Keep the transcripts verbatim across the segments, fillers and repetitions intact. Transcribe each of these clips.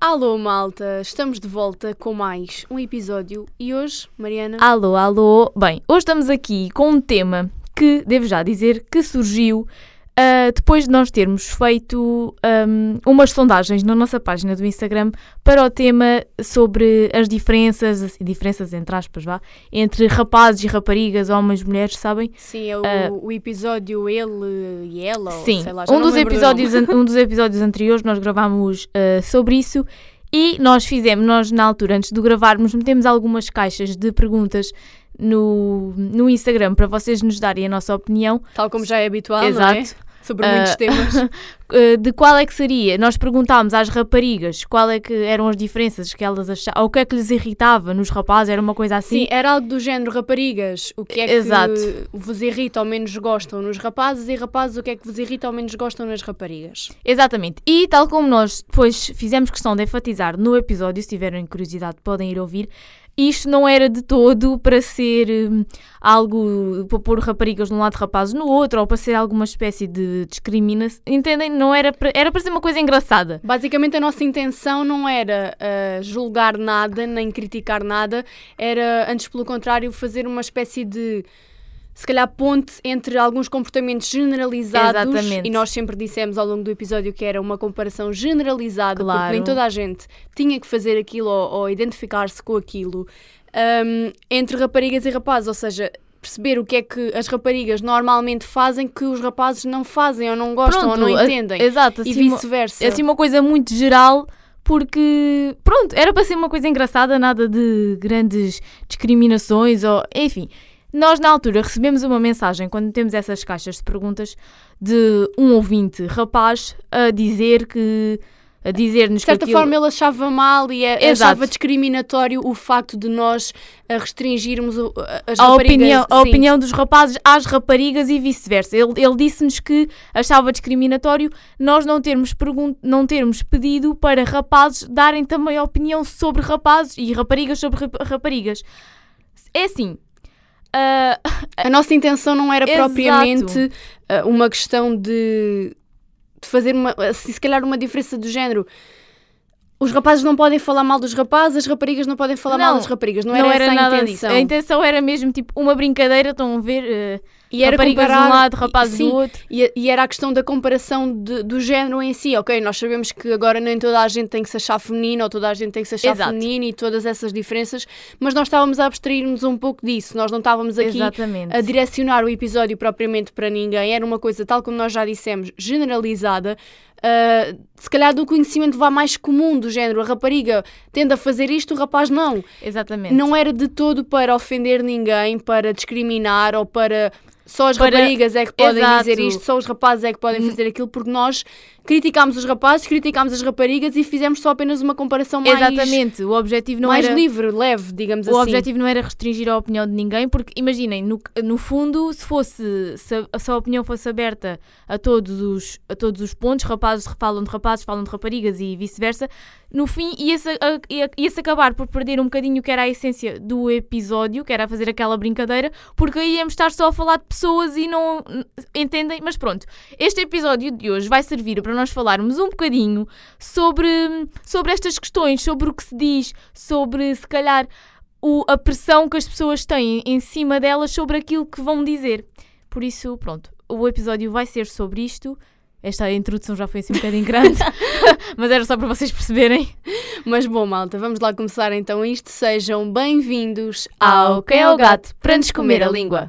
Alô malta, estamos de volta com mais um episódio e hoje, Mariana... Alô, alô, bem, hoje estamos aqui com um tema que, devo já dizer, que surgiu uh, depois de nós termos feito um, umas sondagens na nossa página do Instagram para o tema sobre as diferenças, diferenças entre aspas, vá, entre rapazes e raparigas, homens e mulheres, sabem? Sim, é o, uh, o episódio ele e ela, sim, ou sei lá, já um não dos, lembro do episódios, nome. um dos episódios anteriores nós gravámos uh, sobre isso. E nós fizemos, nós na altura, antes de gravarmos, metemos algumas caixas de perguntas no, no Instagram para vocês nos darem a nossa opinião. Tal como já é habitual, Exato. Não é? Sobre muitos uh, temas. De qual é que seria? Nós perguntámos às raparigas qual é que eram as diferenças que elas achavam, ou o que é que lhes irritava nos rapazes, era uma coisa assim. Sim, era algo do género raparigas, o que é Exato. que vos irrita ou menos gostam nos rapazes, e rapazes, o que é que vos irrita ou menos gostam nas raparigas. Exatamente. E tal como nós depois fizemos questão de enfatizar no episódio, se tiverem curiosidade podem ir ouvir, isto não era de todo para ser um, algo, para pôr raparigas de um lado, rapazes no outro, ou para ser alguma espécie de discriminação, entendem? Não era para, era para ser uma coisa engraçada. Basicamente a nossa intenção não era uh, julgar nada, nem criticar nada, era, antes pelo contrário, fazer uma espécie de, se calhar, ponte entre alguns comportamentos generalizados. Exatamente. E nós sempre dissemos ao longo do episódio que era uma comparação generalizada, Claro. porque nem toda a gente tinha que fazer aquilo ou, ou identificar-se com aquilo, um, entre raparigas e rapazes, ou seja, perceber o que é que as raparigas normalmente fazem que os rapazes não fazem ou não gostam. Pronto, ou não entendem, a, exato, e assim, vice-versa. É assim uma coisa muito geral, porque, pronto, era para ser uma coisa engraçada, nada de grandes discriminações, ou enfim... Nós, na altura, recebemos uma mensagem, quando temos essas caixas de perguntas, de um ouvinte rapaz a dizer que... a dizer-nos de certa que aquilo... forma ele achava mal e a, achava discriminatório o facto de nós a restringirmos o, a, as a raparigas. Opinião, a opinião dos rapazes às raparigas e vice-versa. Ele, ele disse-nos que achava discriminatório nós não termos, pergun- não termos pedido para rapazes darem também a opinião sobre rapazes e raparigas sobre rap- raparigas. É assim... Uh, a nossa intenção não era Exato. propriamente uh, uma questão de, de fazer uma, assim, se calhar uma diferença do género. Os rapazes não podem falar mal dos rapazes, as raparigas não podem falar não, mal das raparigas. Não, não era, era essa nada a intenção. Disso. A intenção era mesmo tipo uma brincadeira, estão a ver? Uh, E era raparigas comparar, de um lado, rapazes sim, do outro. E, e era a questão da comparação de, do género em si. Ok, nós sabemos que agora nem toda a gente tem que se achar feminina ou toda a gente tem que se achar Exato. feminina e todas essas diferenças, mas nós estávamos a abstrair-nos um pouco disso. Nós não estávamos aqui Exatamente. a direcionar o episódio propriamente para ninguém. Era uma coisa, tal como nós já dissemos, generalizada. Uh, se calhar do conhecimento vá mais comum, do género, a rapariga tende a fazer isto, o rapaz não. Exatamente. Não era de todo para ofender ninguém, para discriminar ou para só as Para... raparigas é que podem Exato. dizer isto, só os rapazes é que podem fazer aquilo, porque nós criticámos os rapazes, criticámos as raparigas e fizemos só apenas uma comparação mais, Exatamente. O objetivo não mais era... livre, leve, digamos O assim. objetivo não era restringir a opinião de ninguém, porque imaginem, no, no fundo, se fosse se a, se a opinião fosse aberta a todos os, a todos os pontos, rapazes falam de rapazes, falam de raparigas e vice-versa, no fim ia-se, a, ia, ia-se acabar por perder um bocadinho o que era a essência do episódio, que era fazer aquela brincadeira, porque aí íamos estar só a falar de pessoas e não... Entendem? Mas pronto, este episódio de hoje vai servir para nós falarmos um bocadinho sobre, sobre estas questões, sobre o que se diz, sobre, se calhar, o, a pressão que as pessoas têm em cima delas sobre aquilo que vão dizer. Por isso, pronto, o episódio vai ser sobre isto. Esta introdução já foi assim um bocadinho grande, mas era só para vocês perceberem. Mas bom, malta, vamos lá começar então isto. Sejam bem-vindos ao Quem é o Gato para nos comer a língua.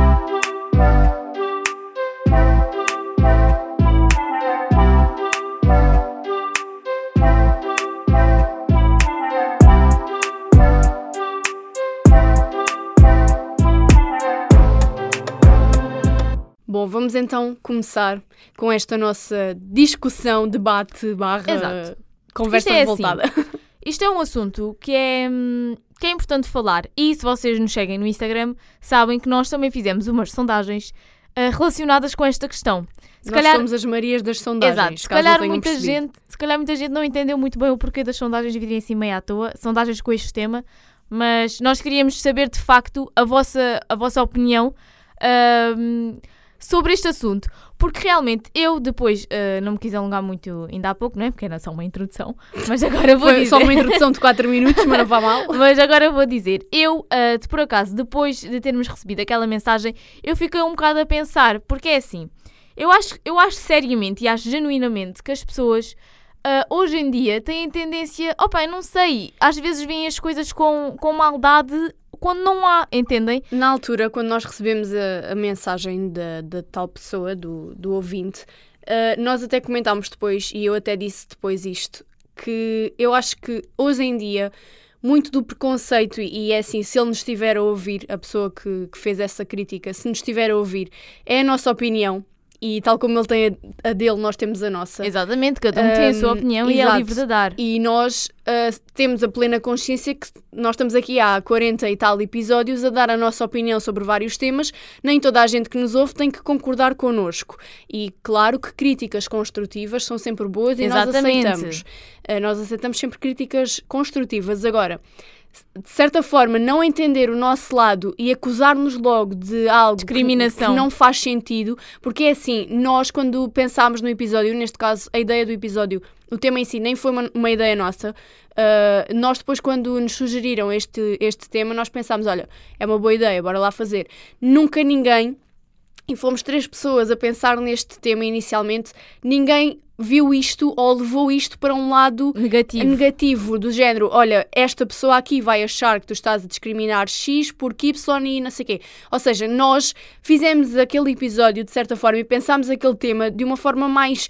Bom, vamos então começar com esta nossa discussão, debate, barra, Exato. conversa Isto é revoltada. Assim, isto é um assunto que é, que é importante falar e se vocês nos seguem no Instagram sabem que nós também fizemos umas sondagens uh, relacionadas com esta questão. Se Nós calhar, somos as Marias das sondagens. exato, se caso calhar, não tenham muita percebido. gente, se calhar muita gente não entendeu muito bem o porquê das sondagens dividirem-se meio à toa, sondagens com este tema, mas nós queríamos saber de facto a vossa, a vossa opinião uh, sobre este assunto. Porque realmente eu depois, uh, não me quis alongar muito ainda há pouco, não é? Porque era só uma introdução, mas agora vou Foi dizer... só uma introdução de quatro minutos, mas não vai mal. Mas agora vou dizer, eu, uh, de, por acaso, depois de termos recebido aquela mensagem, eu fiquei um bocado a pensar, porque é assim, eu acho, eu acho seriamente e acho genuinamente que as pessoas... Uh, hoje em dia têm tendência, opa, eu não sei, às vezes veem as coisas com, com maldade quando não há, entendem? Na altura, quando nós recebemos a, a mensagem da, da tal pessoa, do, do ouvinte, uh, nós até comentámos depois, e eu até disse depois isto, que eu acho que hoje em dia muito do preconceito, e é assim, se ele nos estiver a ouvir, a pessoa que, que fez essa crítica, se nos estiver a ouvir, é a nossa opinião. E tal como ele tem a, a dele, nós temos a nossa. Exatamente, cada um um, tem a sua opinião exato. E é livre de dar. E nós uh, temos a plena consciência que nós estamos aqui há quarenta e tal episódios a dar a nossa opinião sobre vários temas. Nem toda a gente que nos ouve tem que concordar connosco. E claro que críticas construtivas são sempre boas e exatamente. Nós aceitamos. Uh, nós aceitamos sempre críticas construtivas. Agora... de certa forma, não entender o nosso lado e acusar-nos logo de algo discriminação. Que, que não faz sentido, porque é assim, nós quando pensámos no episódio, neste caso a ideia do episódio, o tema em si nem foi uma, uma ideia nossa, uh, nós depois quando nos sugeriram este, este tema, nós pensámos, olha, é uma boa ideia, bora lá fazer. Nunca ninguém, e fomos três pessoas a pensar neste tema inicialmente, ninguém viu isto ou levou isto para um lado negativo. negativo, do género, olha, esta pessoa aqui vai achar que tu estás a discriminar X porque Y e não sei o quê. Ou seja, nós fizemos aquele episódio de certa forma e pensámos aquele tema de uma forma mais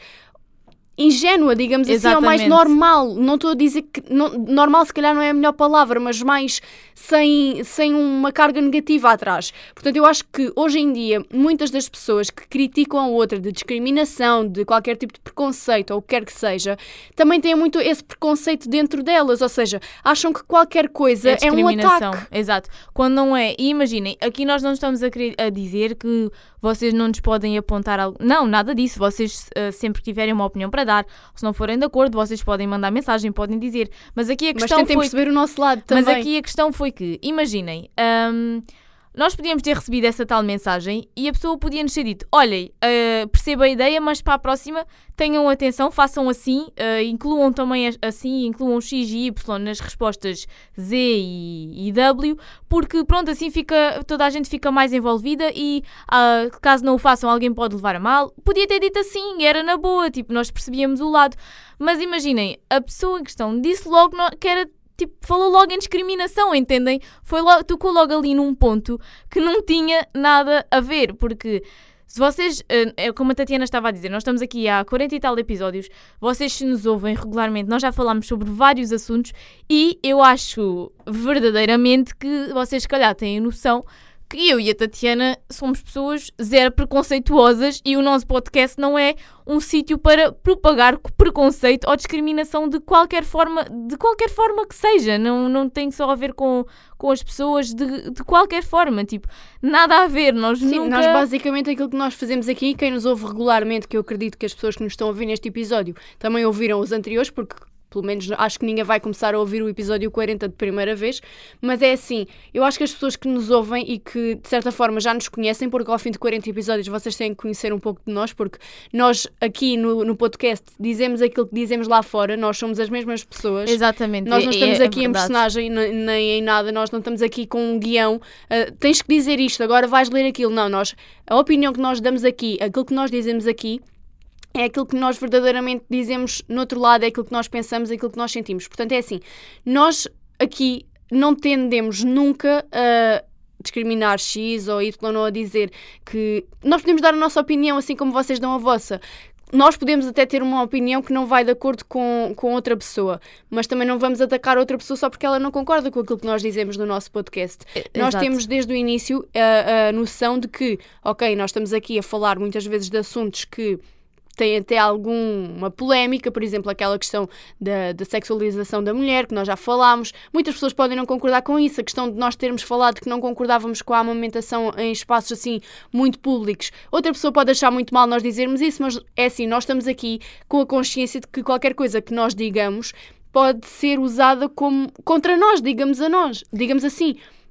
ingênua, digamos exatamente. Assim, ou mais normal. Não estou a dizer que... Não, normal se calhar não é a melhor palavra, mas mais sem, sem uma carga negativa atrás. Portanto, eu acho que hoje em dia muitas das pessoas que criticam a outra de discriminação, de qualquer tipo de preconceito ou o que quer que seja, também têm muito esse preconceito dentro delas, ou seja, acham que qualquer coisa é, é um ataque. Exato. Quando não é. E imaginem, aqui nós não estamos a, querer, a dizer que vocês não nos podem apontar algo. Não, nada disso. Vocês uh, sempre tiverem uma opinião para dar, se não forem de acordo, vocês podem mandar mensagem, podem dizer. Mas aqui a questão Mas tentem foi... perceber o nosso lado também. Mas aqui a questão foi que, imaginem, um, nós podíamos ter recebido essa tal mensagem e a pessoa podia nos ter dito, olhem, uh, perceba a ideia, mas para a próxima tenham atenção, façam assim, uh, incluam também assim, incluam X e Y nas respostas Z e, e W, porque pronto, assim fica, toda a gente fica mais envolvida e uh, caso não o façam, alguém pode levar a mal. Podia ter dito assim, era na boa, tipo, nós percebíamos o lado. Mas imaginem, a pessoa em questão disse logo que era... Tipo, falou logo em discriminação, entendem? Foi logo, tocou logo ali num ponto que não tinha nada a ver, porque se vocês, é como a Tatiana estava a dizer, nós estamos aqui há quarenta e tal episódios, vocês se nos ouvem regularmente, nós já falámos sobre vários assuntos e eu acho verdadeiramente que vocês se calhar têm noção que eu e a Tatiana somos pessoas zero preconceituosas e o nosso podcast não é um sítio para propagar preconceito ou discriminação de qualquer forma, de qualquer forma que seja. Não, não tem só a ver com, com as pessoas de, de qualquer forma, tipo, nada a ver. Nós Sim, nunca... nós basicamente aquilo que nós fazemos aqui, quem nos ouve regularmente, que eu acredito que as pessoas que nos estão a ouvir neste episódio também ouviram os anteriores, porque... pelo menos acho que ninguém vai começar a ouvir o episódio quarenta de primeira vez, mas é assim, eu acho que as pessoas que nos ouvem e que de certa forma já nos conhecem, porque ao fim de quarenta episódios vocês têm que conhecer um pouco de nós, porque nós aqui no, no podcast dizemos aquilo que dizemos lá fora, nós somos as mesmas pessoas. Exatamente. Nós não estamos é, é aqui em personagem nem em nada, nós não estamos aqui com um guião, uh, tens que dizer isto, agora vais ler aquilo. Não, nós, a opinião que nós damos aqui, aquilo que nós dizemos aqui, é aquilo que nós verdadeiramente dizemos no outro lado, é aquilo que nós pensamos, é aquilo que nós sentimos. Portanto, é assim, nós aqui não tendemos nunca a discriminar X ou Y ou a dizer que... Nós podemos dar a nossa opinião assim como vocês dão a vossa. Nós podemos até ter uma opinião que não vai de acordo com, com outra pessoa, mas também não vamos atacar outra pessoa só porque ela não concorda com aquilo que nós dizemos no nosso podcast. Exato. Nós temos desde o início a, a noção de que, ok, nós estamos aqui a falar muitas vezes de assuntos que tem até alguma polémica, por exemplo, aquela questão da, da sexualização da mulher, que nós já falámos. Muitas pessoas podem não concordar com isso, a questão de nós termos falado que não concordávamos com a amamentação em espaços assim muito públicos. Outra pessoa pode achar muito mal nós dizermos isso, mas é assim, nós estamos aqui com a consciência de que qualquer coisa que nós digamos pode ser usada como contra nós, digamos a nós, digamos assim.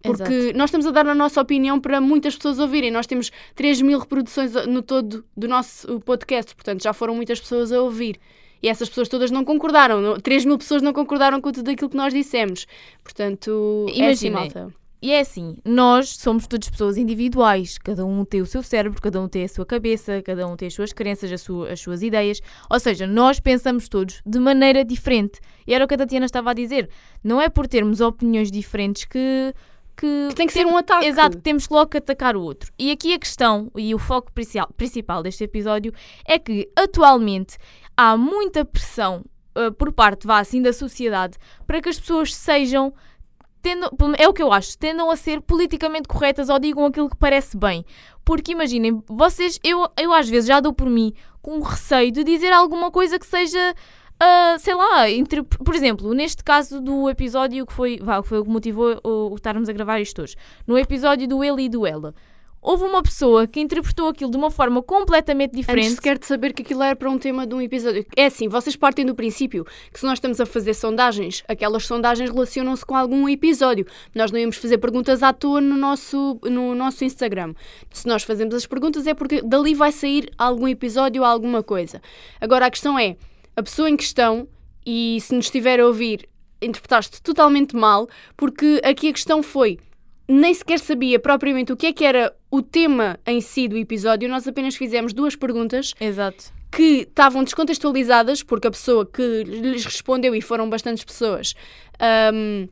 Porque Exato. nós estamos a dar a nossa opinião para muitas pessoas ouvirem. Nós temos três mil reproduções no todo do nosso podcast, portanto já foram muitas pessoas a ouvir. E essas pessoas todas não concordaram. três mil pessoas não concordaram com tudo aquilo que nós dissemos. Portanto, é assim, malta. E é assim, nós somos todas pessoas individuais, cada um tem o seu cérebro, cada um tem a sua cabeça, cada um tem as suas crenças, as, su- as suas ideias, ou seja, nós pensamos todos de maneira diferente. E era o que a Tatiana estava a dizer, não é por termos opiniões diferentes que... Que, que tem que ser um ataque. Exato, que temos logo que atacar o outro. E aqui a questão e o foco principal, principal deste episódio é que atualmente há muita pressão uh, por parte, vá assim, da sociedade para que as pessoas sejam... Tendam, é o que eu acho, tendam a ser politicamente corretas ou digam aquilo que parece bem. Porque imaginem, vocês, eu, eu às vezes já dou por mim com receio de dizer alguma coisa que seja, uh, sei lá, entre, por exemplo, neste caso do episódio que foi, vá, foi o que motivou o, o estarmos a gravar isto hoje, no episódio do ele e do ela. Houve uma pessoa que interpretou aquilo de uma forma completamente diferente. Antes sequer de saber que aquilo era para um tema de um episódio. É assim, vocês partem do princípio que se nós estamos a fazer sondagens, aquelas sondagens relacionam-se com algum episódio. Nós não íamos fazer perguntas à toa no nosso, no nosso Instagram. Se nós fazemos as perguntas é porque dali vai sair algum episódio ou alguma coisa. Agora a questão é, a pessoa em questão, e se nos estiver a ouvir, interpretaste totalmente mal, porque aqui a questão foi... nem sequer sabia propriamente o que é que era o tema em si do episódio, nós apenas fizemos duas perguntas. Exato. Que estavam descontextualizadas, porque a pessoa que lhes respondeu, e foram bastantes pessoas, um,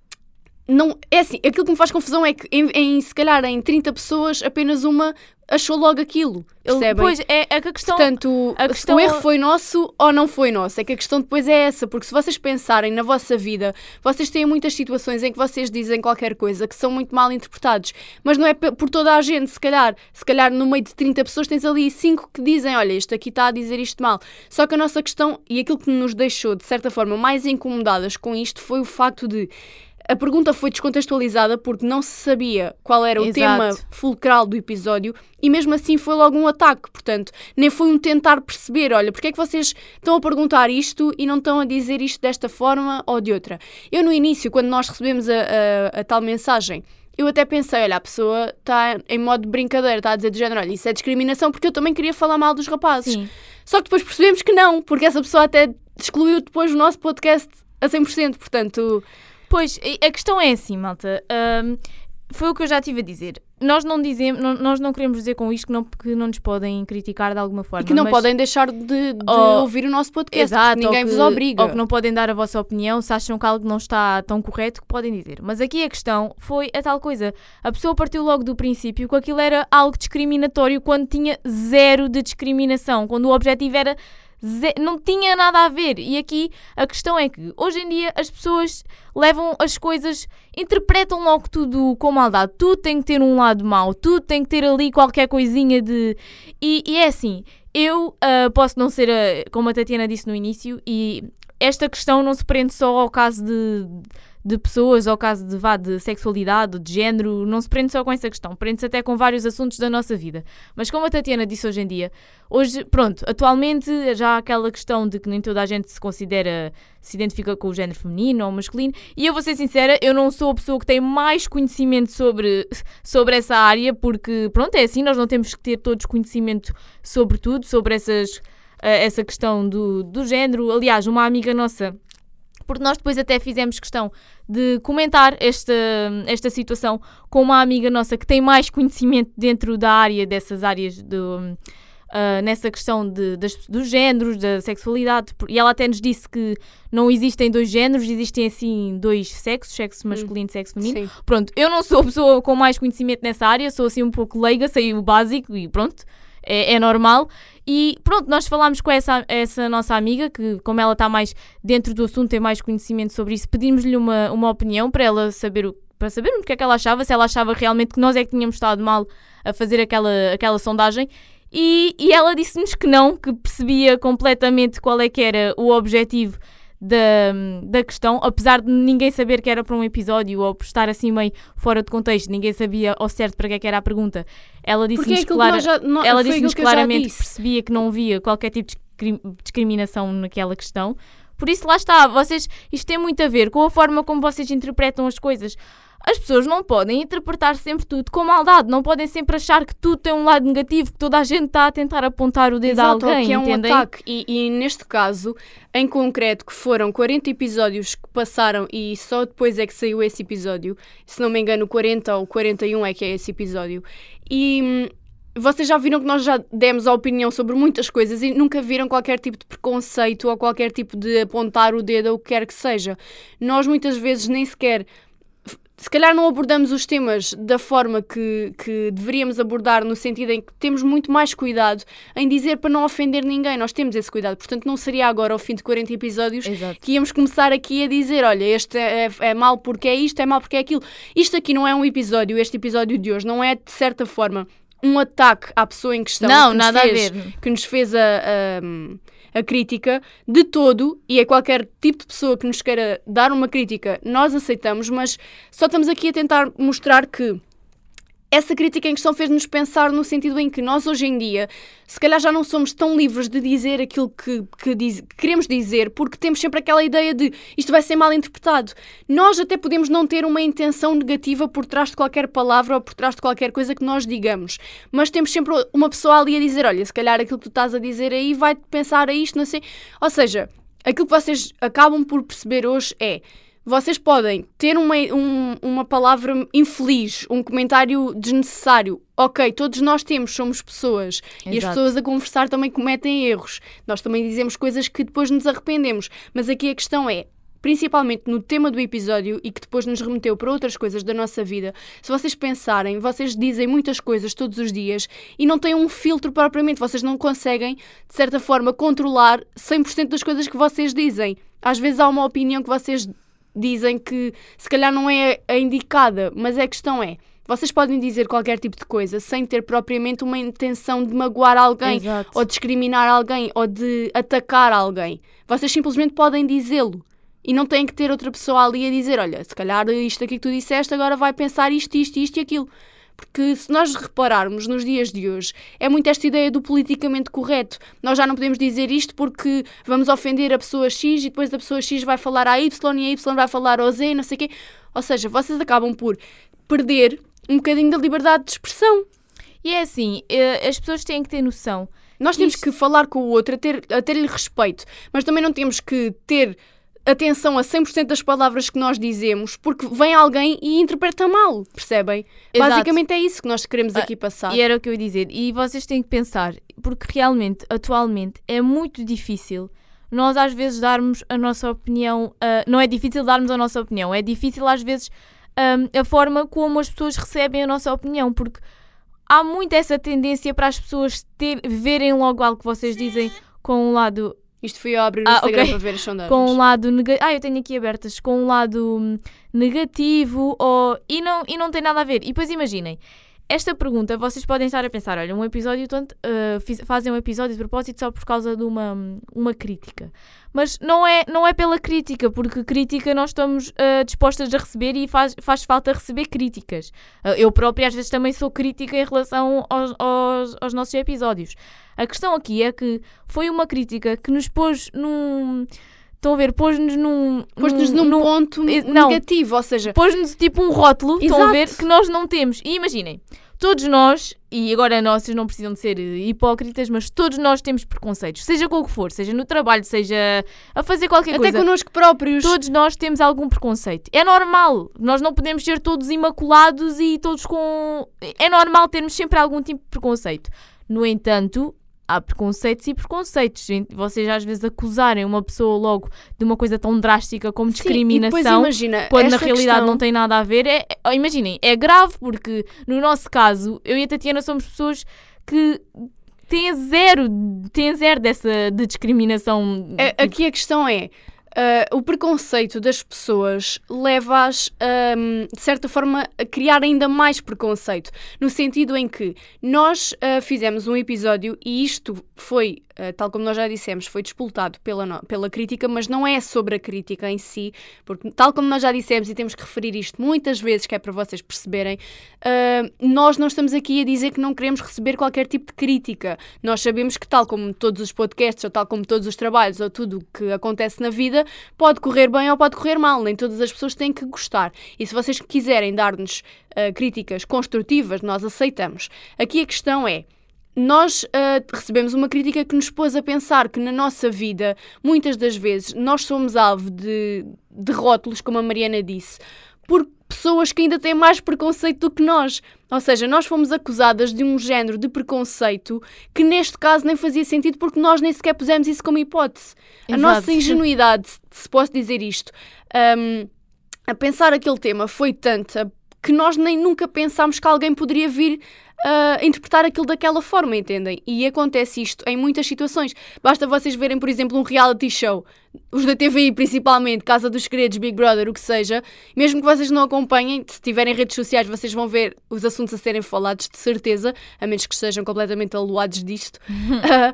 não, é assim, aquilo que me faz confusão é que em, em, se calhar em trinta pessoas apenas uma achou logo aquilo, percebem? Pois, é, é que a questão... Portanto, a questão o erro foi nosso ou não foi nosso, é que a questão depois é essa, porque se vocês pensarem na vossa vida, vocês têm muitas situações em que vocês dizem qualquer coisa que são muito mal interpretados, mas não é por toda a gente, se calhar, se calhar no meio de trinta pessoas tens ali cinco que dizem, olha, este aqui está a dizer isto mal. Só que a nossa questão, e aquilo que nos deixou, de certa forma, mais incomodadas com isto, foi o facto de a pergunta foi descontextualizada porque não se sabia qual era o Exato. tema fulcral do episódio e mesmo assim foi logo um ataque, portanto, nem foi um tentar perceber, olha, porque é que vocês estão a perguntar isto e não estão a dizer isto desta forma ou de outra. Eu no início, quando nós recebemos a, a, a tal mensagem, eu até pensei, olha, a pessoa está em modo de brincadeira, está a dizer do género, olha, isso é discriminação porque eu também queria falar mal dos rapazes. Sim. Só que depois percebemos que não, porque essa pessoa até excluiu depois o nosso podcast a cem por cento, portanto... Pois, a questão é assim, malta, um, foi o que eu já estive a dizer. Nós não dizemos, não, nós não queremos dizer com isto que não, que não nos podem criticar de alguma forma. E que não mas... podem deixar de, de ou, ouvir o nosso podcast, exato, porque ninguém que, vos obriga. Ou que não podem dar a vossa opinião, se acham que algo não está tão correto, que podem dizer. Mas aqui a questão foi a tal coisa. A pessoa partiu logo do princípio que aquilo era algo discriminatório quando tinha zero de discriminação, quando o objetivo era... Ze- não tinha nada a ver. E aqui a questão é que hoje em dia as pessoas levam as coisas, interpretam logo tudo com maldade. Tudo tem que ter um lado mau, tudo tem que ter ali qualquer coisinha de... E, e é assim, eu uh, posso não ser, a, como a Tatiana disse no início, e esta questão não se prende só ao caso de... de pessoas, ao caso de, vá, de sexualidade, de género, não se prende só com essa questão, prende-se até com vários assuntos da nossa vida. Mas como a Tatiana disse hoje em dia, hoje, pronto, atualmente já há aquela questão de que nem toda a gente se considera, se identifica com o género feminino ou masculino, e eu vou ser sincera, eu não sou a pessoa que tem mais conhecimento sobre, sobre essa área, porque, pronto, é assim, nós não temos que ter todos conhecimento sobre tudo, sobre essas, essa questão do, do género. Aliás, uma amiga nossa, porque nós depois até fizemos questão de comentar esta, esta situação com uma amiga nossa que tem mais conhecimento dentro da área, dessas áreas, do, uh, nessa questão de, das, dos géneros, da sexualidade, e ela até nos disse que não existem dois géneros, existem assim dois sexos, sexo masculino e sexo feminino. Sim. Pronto, eu não sou a pessoa com mais conhecimento nessa área, sou assim um pouco leiga, sei o básico e pronto. É, é normal. E pronto, nós falámos com essa, essa nossa amiga, que como ela está mais dentro do assunto, tem mais conhecimento sobre isso, pedimos-lhe uma, uma opinião para ela saber o, para saber o que é que ela achava, se ela achava realmente que nós é que tínhamos estado mal a fazer aquela, aquela sondagem. E, e ela disse-nos que não, que percebia completamente qual é que era o objetivo da, da questão, apesar de ninguém saber que era para um episódio ou por estar assim meio fora de contexto, ninguém sabia ao certo para que é que era a pergunta. Ela disse-nos, clara, já, não, ela disse-nos claramente que percebia que não havia qualquer tipo de discriminação naquela questão, Por isso, lá está, vocês, isto tem muito a ver com a forma como vocês interpretam as coisas. As pessoas não podem interpretar sempre tudo com maldade, não podem sempre achar que tudo tem um lado negativo, que toda a gente está a tentar apontar o dedo Exato, a alguém, que é um entendem? ataque. E, e neste caso, em concreto, que foram quarenta episódios que passaram e só depois é que saiu esse episódio, se não me engano quarenta ou quarenta e um é que é esse episódio, e hum, vocês já viram que nós já demos a opinião sobre muitas coisas e nunca viram qualquer tipo de preconceito ou qualquer tipo de apontar o dedo ou o que quer que seja. Nós muitas vezes nem sequer... Se calhar não abordamos os temas da forma que, que deveríamos abordar, no sentido em que temos muito mais cuidado em dizer para não ofender ninguém. Nós temos esse cuidado. Portanto, não seria agora, ao fim de quarenta episódios, Exato. que íamos começar aqui a dizer, olha, este é, é, é mau porque é isto, é mau porque é aquilo. Isto aqui não é um episódio, este episódio de hoje, não é, de certa forma, um ataque à pessoa em questão. Não, que nos nada fez, a ver. Que nos fez a... a a crítica, de todo, e a qualquer tipo de pessoa que nos queira dar uma crítica, nós aceitamos, mas só estamos aqui a tentar mostrar que essa crítica em questão fez-nos pensar no sentido em que nós hoje em dia, se calhar já não somos tão livres de dizer aquilo que, que, diz, que queremos dizer, porque temos sempre aquela ideia de isto vai ser mal interpretado. Nós até podemos não ter uma intenção negativa por trás de qualquer palavra ou por trás de qualquer coisa que nós digamos, mas temos sempre uma pessoa ali a dizer, olha, se calhar aquilo que tu estás a dizer aí vai pensar a isto, não sei. Ou seja, aquilo que vocês acabam por perceber hoje é... Vocês podem ter uma, um, uma palavra infeliz, um comentário desnecessário. Ok, todos nós temos, somos pessoas. Exato. E as pessoas a conversar também cometem erros. Nós também dizemos coisas que depois nos arrependemos. Mas aqui a questão é, principalmente no tema do episódio e que depois nos remeteu para outras coisas da nossa vida, se vocês pensarem, vocês dizem muitas coisas todos os dias e não têm um filtro propriamente. Vocês não conseguem, de certa forma, controlar cem por cento das coisas que vocês dizem. Às vezes há uma opinião que vocês dizem que se calhar não é a indicada, mas a questão é, vocês podem dizer qualquer tipo de coisa sem ter propriamente uma intenção de magoar alguém, Exato. ou de discriminar alguém, ou de atacar alguém. Vocês simplesmente podem dizê-lo e não têm que ter outra pessoa ali a dizer, olha, se calhar isto aqui que tu disseste agora vai pensar isto, isto, isto e aquilo. Porque se nós repararmos nos dias de hoje, é muito esta ideia do politicamente correto. Nós já não podemos dizer isto porque vamos ofender a pessoa X e depois a pessoa X vai falar a Y e a Y vai falar ao Z, não sei o quê. Ou seja, vocês acabam por perder um bocadinho da liberdade de expressão. E é assim, as pessoas têm que ter noção. Nós temos Isto... que falar com o outro, a ter, a ter-lhe respeito, mas também não temos que ter atenção a cem por cento das palavras que nós dizemos, porque vem alguém e interpreta mal, percebem? Exato. Basicamente é isso que nós queremos aqui passar. E era o que eu ia dizer. E vocês têm que pensar, porque realmente, atualmente, é muito difícil nós às vezes darmos a nossa opinião. Uh, não é difícil darmos a nossa opinião, é difícil às vezes um, a forma como as pessoas recebem a nossa opinião, porque há muito essa tendência para as pessoas ter, verem logo algo que vocês dizem com um lado... Isto fui eu a abrir o ah, Instagram okay. para ver as sondagens. Com um lado negativo. Ah, eu tenho aqui abertas. Com um lado hum, negativo ou... e, não, e não tem nada a ver. E depois imaginem, esta pergunta vocês podem estar a pensar, olha, um episódio, tanto, uh, fiz, fazem um episódio de propósito só por causa de uma, uma crítica. Mas não é, não é pela crítica, porque crítica nós estamos uh, dispostas a receber e faz, faz falta receber críticas. Uh, eu própria às vezes também sou crítica em relação aos, aos, aos nossos episódios. A questão aqui é que foi uma crítica que nos pôs num... Estão a ver? Pôs-nos num... Pôs-nos num, num ponto não, negativo, ou seja... Pôs-nos tipo um rótulo, Exato. Estão a ver? Que nós não temos. E imaginem, todos nós, e agora nós, vocês não precisam de ser hipócritas, mas todos nós temos preconceitos. Seja com o que for, seja no trabalho, seja a fazer qualquer Até coisa. Até connosco próprios. Todos nós temos algum preconceito. É normal. Nós não podemos ser todos imaculados e todos com... É normal termos sempre algum tipo de preconceito. No entanto... Há preconceitos e preconceitos. Vocês às vezes acusarem uma pessoa logo de uma coisa tão drástica como discriminação, Sim, e depois imagina, quando na realidade questão... não tem nada a ver. É, é, imaginem, é grave porque no nosso caso, eu e a Tatiana somos pessoas que têm zero, têm zero dessa de discriminação. É, aqui a questão é, Uh, o preconceito das pessoas leva-as, um, de certa forma, a criar ainda mais preconceito. No sentido em que nós uh, fizemos um episódio e isto foi uh, tal como nós já dissemos, foi despoltado pela, no- pela crítica, mas não é sobre a crítica em si, porque tal como nós já dissemos, e temos que referir isto muitas vezes, que é para vocês perceberem, uh, nós não estamos aqui a dizer que não queremos receber qualquer tipo de crítica. Nós sabemos que tal como todos os podcasts, ou tal como todos os trabalhos, ou tudo o que acontece na vida, pode correr bem ou pode correr mal, nem todas as pessoas têm que gostar. E se vocês quiserem dar-nos uh, críticas construtivas, nós aceitamos. Aqui a questão é, nós uh, recebemos uma crítica que nos pôs a pensar que na nossa vida, muitas das vezes, nós somos alvo de, de rótulos, como a Mariana disse, por pessoas que ainda têm mais preconceito do que nós. Ou seja, nós fomos acusadas de um género de preconceito que neste caso nem fazia sentido porque nós nem sequer pusemos isso como hipótese. A Exato. nossa ingenuidade, se posso dizer isto, um, a pensar aquele tema foi tanta que nós nem nunca pensámos que alguém poderia vir a interpretar aquilo daquela forma, entendem? E acontece isto em muitas situações. Basta vocês verem, por exemplo, um reality show, os da T V I principalmente, Casa dos Segredos, Big Brother, o que seja, mesmo que vocês não acompanhem, se tiverem redes sociais, vocês vão ver os assuntos a serem falados, de certeza, a menos que estejam completamente aluados disto. uh,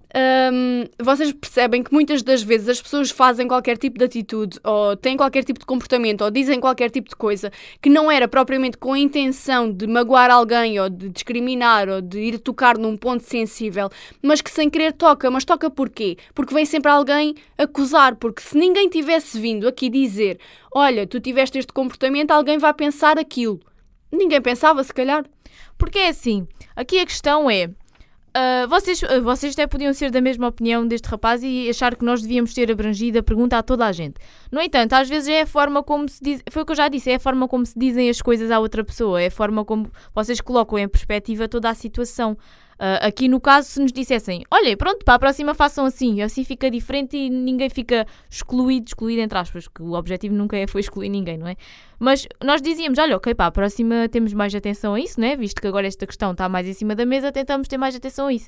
Um, vocês percebem que muitas das vezes as pessoas fazem qualquer tipo de atitude ou têm qualquer tipo de comportamento ou dizem qualquer tipo de coisa que não era propriamente com a intenção de magoar alguém ou de discriminar ou de ir tocar num ponto sensível, mas que sem querer toca. Mas toca porquê? Porque vem sempre alguém acusar, porque se ninguém tivesse vindo aqui dizer, olha, tu tiveste este comportamento, alguém vai pensar aquilo. Ninguém pensava, se calhar. Porque é assim, aqui a questão é, Uh, vocês, uh, vocês até podiam ser da mesma opinião deste rapaz e achar que nós devíamos ter abrangido a pergunta a toda a gente. No entanto, às vezes é a forma como se diz, foi o que eu já disse, é a forma como se dizem as coisas à outra pessoa, é a forma como vocês colocam em perspectiva toda a situação. Uh, aqui no caso, se nos dissessem, olha, pronto, para a próxima façam assim, assim fica diferente e ninguém fica excluído, excluído entre aspas, que o objetivo nunca é, foi excluir ninguém, não é? Mas nós dizíamos, olha, ok, para a próxima temos mais atenção a isso, não é? Visto que agora esta questão está mais em cima da mesa, tentamos ter mais atenção a isso.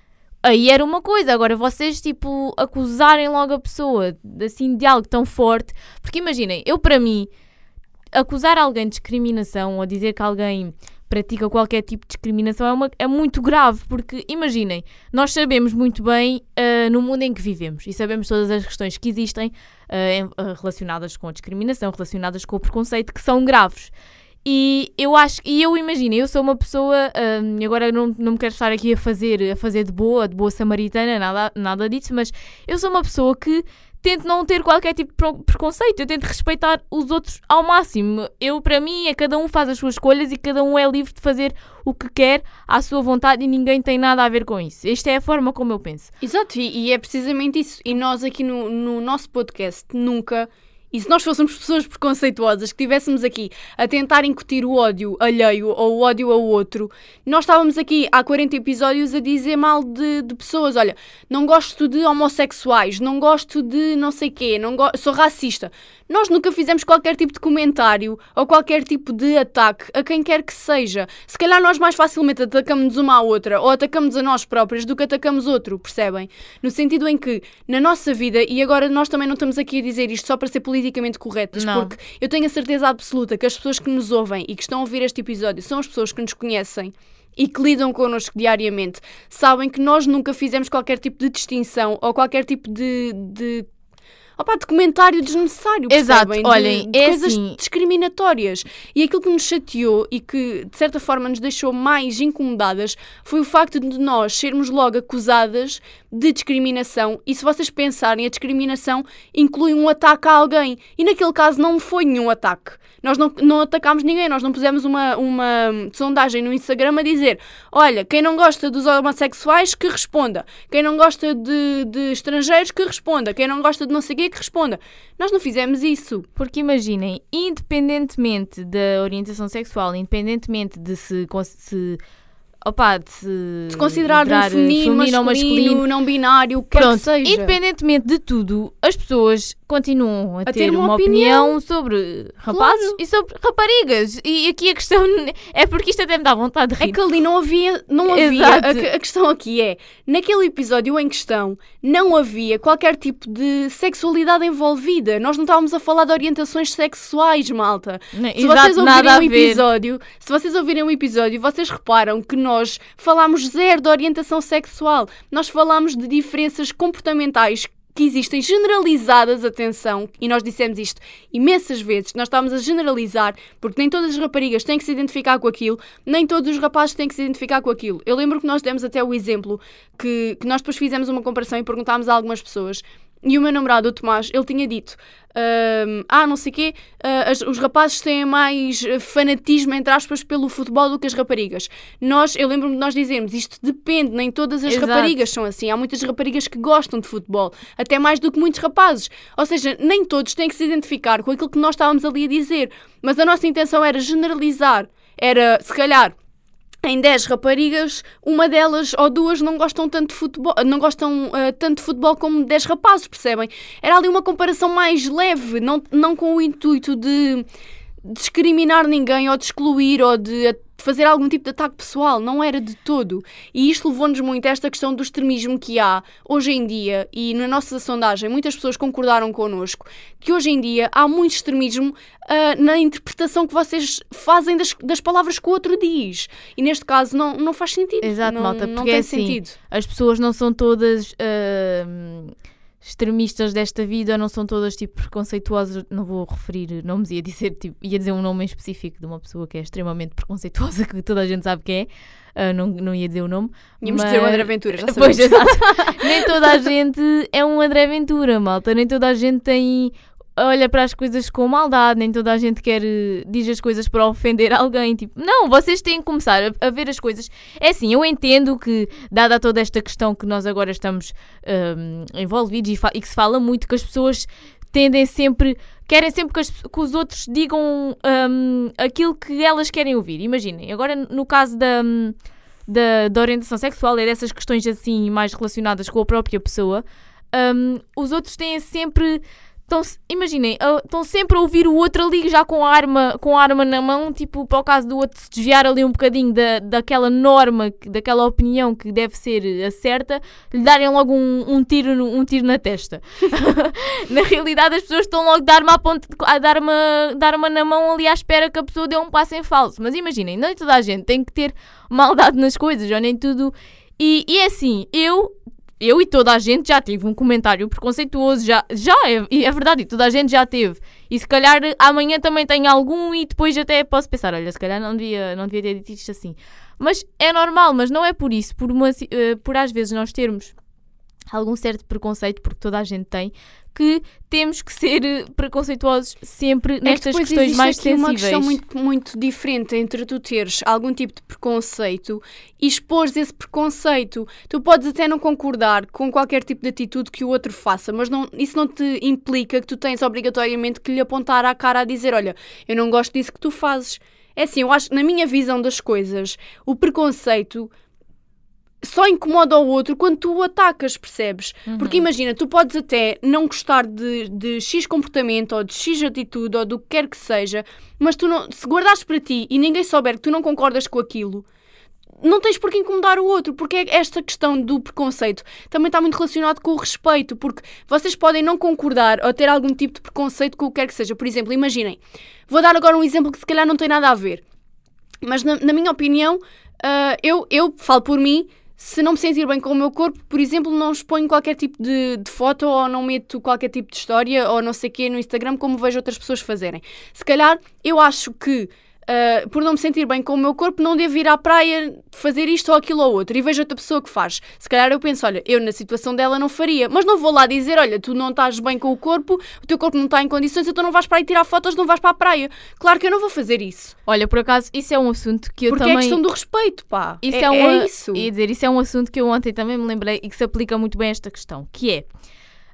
Aí era uma coisa, agora vocês, tipo, acusarem logo a pessoa, assim, de algo tão forte, porque imaginem, eu para mim, acusar alguém de discriminação ou dizer que alguém pratica qualquer tipo de discriminação é, uma, é muito grave, porque imaginem, nós sabemos muito bem uh, no mundo em que vivemos e sabemos todas as questões que existem uh, relacionadas com a discriminação, relacionadas com o preconceito, que são graves. E eu acho, e eu imagino, eu sou uma pessoa, uh, agora não, não me quero estar aqui a fazer, a fazer de boa, de boa samaritana, nada, nada disso, mas eu sou uma pessoa que tento não ter qualquer tipo de preconceito, eu tento respeitar os outros ao máximo. Eu, para mim, é cada um faz as suas escolhas e cada um é livre de fazer o que quer à sua vontade e ninguém tem nada a ver com isso. Esta é a forma como eu penso. Exato, e, e é precisamente isso. E nós aqui no, no nosso podcast nunca... E se nós fôssemos pessoas preconceituosas, que estivéssemos aqui a tentar incutir o ódio alheio ou o ódio ao outro, nós estávamos aqui há quarenta episódios a dizer mal de, de pessoas. Olha, não gosto de homossexuais, não gosto de não sei quê, não go- sou racista. Nós nunca fizemos qualquer tipo de comentário ou qualquer tipo de ataque a quem quer que seja. Se calhar nós mais facilmente atacamos uma à outra ou atacamos a nós próprios do que atacamos outro, percebem? No sentido em que, na nossa vida, e agora nós também não estamos aqui a dizer isto só para ser politicamente corretas, Não. porque eu tenho a certeza absoluta que as pessoas que nos ouvem e que estão a ouvir este episódio são as pessoas que nos conhecem e que lidam connosco diariamente, sabem que nós nunca fizemos qualquer tipo de distinção ou qualquer tipo de... de Opa, de comentário desnecessário, percebem? Exato, olhem, de, de é coisas assim... discriminatórias. E aquilo que nos chateou e que, de certa forma, nos deixou mais incomodadas foi o facto de nós sermos logo acusadas de discriminação. E se vocês pensarem, a discriminação inclui um ataque a alguém. E naquele caso não foi nenhum ataque. Nós não, não atacámos ninguém, nós não pusemos uma, uma sondagem no Instagram a dizer, olha, quem não gosta dos homossexuais, que responda. Quem não gosta de, de estrangeiros, que responda. Quem não gosta de não sei o quê, que responda. Nós não fizemos isso. Porque imaginem, independentemente da orientação sexual, independentemente de se... se Opa, de se, se considerar um feminino, feminino masculino, ou masculino, não binário, o que quer que pronto, seja. Independentemente de tudo, as pessoas continuam a, A ter, ter uma uma opinião. opinião, sobre rapazes Claro. e sobre raparigas. E aqui a questão é porque isto até me dá vontade de rir. É que ali não havia, não havia Exato. a, a questão aqui é, naquele episódio em questão, não havia qualquer tipo de sexualidade envolvida. Nós não estávamos a falar de orientações sexuais, malta. Não, Se exato, vocês nada ouvirem a um ver. episódio, se vocês ouvirem um episódio, vocês reparam que nós falámos zero de orientação sexual. Nós falámos de diferenças comportamentais que existem generalizadas, atenção, e nós dissemos isto imensas vezes, nós estávamos a generalizar, porque nem todas as raparigas têm que se identificar com aquilo, nem todos os rapazes têm que se identificar com aquilo. Eu lembro que nós demos até o exemplo, que, que nós depois fizemos uma comparação e perguntámos a algumas pessoas, e o meu namorado, o Tomás, ele tinha dito, um, ah, não sei o quê, uh, as, os rapazes têm mais fanatismo, entre aspas, pelo futebol do que as raparigas. Nós, eu lembro-me de nós dizermos, isto depende, nem todas as Exato. raparigas são assim. Há muitas raparigas que gostam de futebol, até mais do que muitos rapazes. Ou seja, nem todos têm que se identificar com aquilo que nós estávamos ali a dizer. Mas a nossa intenção era generalizar. Era, se calhar, em dez raparigas, uma delas ou duas não gostam tanto de futebol, não gostam uh, tanto de futebol como dez rapazes, percebem? Era ali uma comparação mais leve, não, não com o intuito de discriminar ninguém ou de excluir ou de fazer algum tipo de ataque pessoal, não era de todo. E isto levou-nos muito a esta questão do extremismo que há hoje em dia, e na nossa sondagem muitas pessoas concordaram connosco, que hoje em dia há muito extremismo uh, na interpretação que vocês fazem das, das palavras que o outro diz. E neste caso não, não faz sentido. Exato, não, malta, não porque tem é assim, sentido. as pessoas não são todas ah, extremistas desta vida, não são todas tipo preconceituosas, não vou referir nomes, ia dizer, tipo, ia dizer um nome em específico de uma pessoa que é extremamente preconceituosa, que toda a gente sabe quem é, uh, não, não ia dizer o nome. Íamos mas... dizer o André Ventura, já Pois, sabemos. exato. Nem toda a gente é um André Ventura, malta, nem toda a gente tem... olha para as coisas com maldade, nem toda a gente quer diz as coisas para ofender alguém, tipo, não, vocês têm que começar a, a ver as coisas. É assim, eu entendo que, dada toda esta questão que nós agora estamos um, envolvidos e, fa- e que se fala muito, que as pessoas tendem sempre, querem sempre que, as, que os outros digam um, aquilo que elas querem ouvir. Imaginem, agora no caso da, da, da orientação sexual e dessas questões assim mais relacionadas com a própria pessoa, um, os outros têm sempre... Então, imaginem, estão sempre a ouvir o outro ali já com a arma, com a arma na mão, tipo, para o caso do outro se desviar ali um bocadinho da, daquela norma, daquela opinião que deve ser a certa, lhe darem logo um, um, tiro, no, um tiro na testa. Na realidade, as pessoas estão logo a dar-me a ponte, a dar-me, dar-me na mão ali à espera que a pessoa dê um passo em falso. Mas imaginem, nem toda a gente tem que ter maldade nas coisas, ou nem tudo. E, e é assim, eu... Eu e toda a gente já tive um comentário preconceituoso, já, já é, é verdade, e toda a gente já teve. E se calhar amanhã também tenho algum e depois até posso pensar, olha, se calhar não devia, não devia ter dito isto assim. Mas é normal, mas não é por isso, por, uma, por às vezes nós termos algum certo preconceito, porque toda a gente tem, que temos que ser preconceituosos sempre nestas é que questões mais aqui sensíveis. uma questão muito, muito diferente entre tu teres algum tipo de preconceito e expores esse preconceito. Tu podes até não concordar com qualquer tipo de atitude que o outro faça, mas não, isso não te implica que tu tens obrigatoriamente que lhe apontar à cara a dizer, olha, eu não gosto disso que tu fazes. É assim, eu acho, na minha visão das coisas, o preconceito só incomoda o outro quando tu o atacas, percebes? Uhum. Porque imagina, tu podes até não gostar de, de X comportamento ou de X atitude ou do que quer que seja, mas tu não, se guardares para ti e ninguém souber que tu não concordas com aquilo, não tens por que incomodar o outro, porque esta questão do preconceito também está muito relacionado com o respeito, porque vocês podem não concordar ou ter algum tipo de preconceito com o que quer que seja. Por exemplo, imaginem, vou dar agora um exemplo que se calhar não tem nada a ver, mas na, na minha opinião, uh, eu, eu falo por mim. Se não me sentir bem com o meu corpo, por exemplo, não exponho qualquer tipo de, de foto ou não meto qualquer tipo de história ou não sei o quê no Instagram como vejo outras pessoas fazerem. Se calhar, eu acho que Uh, por não me sentir bem com o meu corpo, não devo ir à praia fazer isto ou aquilo ou outro. E vejo outra pessoa que faz. Se calhar eu penso, olha, eu na situação dela não faria. Mas não vou lá dizer, olha, tu não estás bem com o corpo, o teu corpo não está em condições, então não vais para aí tirar fotos, não vais para a praia. Claro que eu não vou fazer isso. Olha, por acaso, isso é um assunto que eu Porque também... Porque é questão do respeito, pá. Isso é, é, uma... é isso. Ia dizer, isso é um assunto que eu ontem também me lembrei e que se aplica muito bem a esta questão, que é...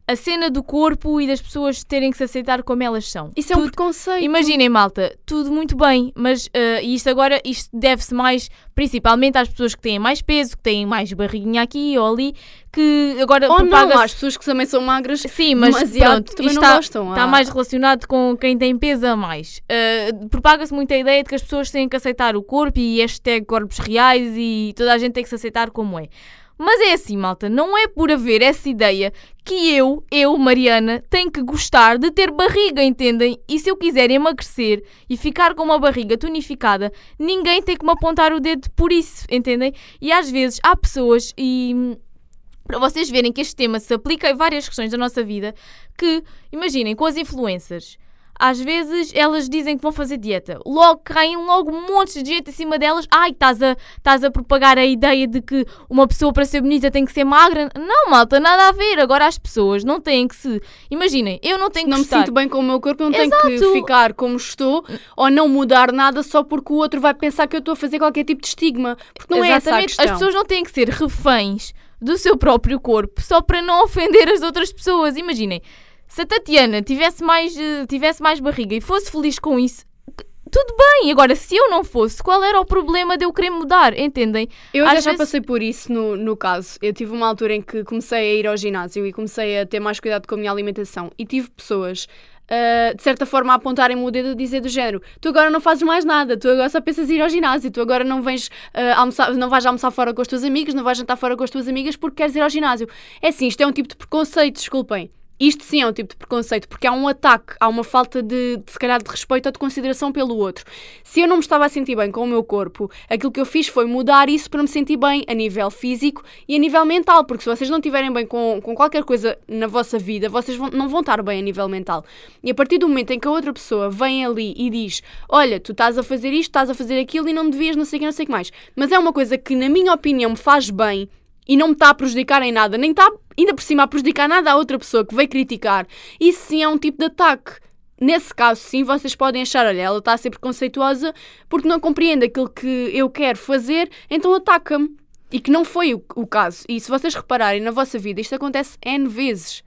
a cena do corpo e das pessoas terem que se aceitar como elas são. Isso é um preconceito. Imaginem, malta, tudo muito bem, mas uh, isto agora, isto deve-se mais, principalmente às pessoas que têm mais peso, que têm mais barriguinha aqui ou ali, que agora ou propaga-se... não, há as pessoas que também são magras. Sim, mas demasiado, pronto, também isto não está, gostam. está ah. mais relacionado com quem tem peso a mais. Uh, propaga-se muito a ideia de que as pessoas têm que aceitar o corpo e hashtag corpos reais e toda a gente tem que se aceitar como é. Mas é assim, malta, não é por haver essa ideia que eu, eu, Mariana, tenho que gostar de ter barriga, entendem? E se eu quiser emagrecer e ficar com uma barriga tonificada, ninguém tem que me apontar o dedo por isso, entendem? E às vezes há pessoas, e para vocês verem que este tema se aplica a várias questões da nossa vida, que, imaginem, com as influencers... Às vezes elas dizem que vão fazer dieta. Logo caem logo um monte de dieta em cima delas. Ai, estás a, estás a propagar a ideia de que uma pessoa para ser bonita tem que ser magra. Não, malta, nada a ver. Agora as pessoas não têm que se... Imaginem, eu não tenho se que não estar... me sinto bem com o meu corpo, eu não Exato. tenho que ficar como estou ou não mudar nada só porque o outro vai pensar que eu estou a fazer qualquer tipo de estigma. Porque não Exatamente. é essa a questão. As pessoas não têm que ser reféns do seu próprio corpo só para não ofender as outras pessoas. Imaginem. Se a Tatiana tivesse mais, uh, tivesse mais barriga e fosse feliz com isso, tudo bem. Agora, se eu não fosse, qual era o problema de eu querer mudar? Entendem? Eu Às já, já vezes... passei por isso no, no caso. Eu tive uma altura em que comecei a ir ao ginásio e comecei a ter mais cuidado com a minha alimentação. E tive pessoas, uh, de certa forma, a apontarem-me o dedo e dizer do género: tu agora não fazes mais nada, tu agora só pensas em ir ao ginásio, tu agora não vens uh, almoçar, não vais almoçar fora com as tuas amigas, não vais jantar fora com as tuas amigas porque queres ir ao ginásio. É assim, isto é um tipo de preconceito, desculpem. Isto sim é um tipo de preconceito, porque há um ataque, há uma falta de, de, se calhar, de respeito ou de consideração pelo outro. Se eu não me estava a sentir bem com o meu corpo, aquilo que eu fiz foi mudar isso para me sentir bem a nível físico e a nível mental, porque se vocês não estiverem bem com, com qualquer coisa na vossa vida, vocês vão, não vão estar bem a nível mental. E a partir do momento em que a outra pessoa vem ali e diz: olha, tu estás a fazer isto, estás a fazer aquilo e não devias, não sei o que, não sei o que mais, mas é uma coisa que, na minha opinião, me faz bem, e não me está a prejudicar em nada, nem está ainda por cima a prejudicar nada à outra pessoa que veio criticar, isso sim é um tipo de ataque. Nesse caso, sim, vocês podem achar: olha, ela está a ser preconceituosa porque não compreende aquilo que eu quero fazer, então ataca-me. E que não foi o, o caso. E se vocês repararem na vossa vida, isto acontece N vezes.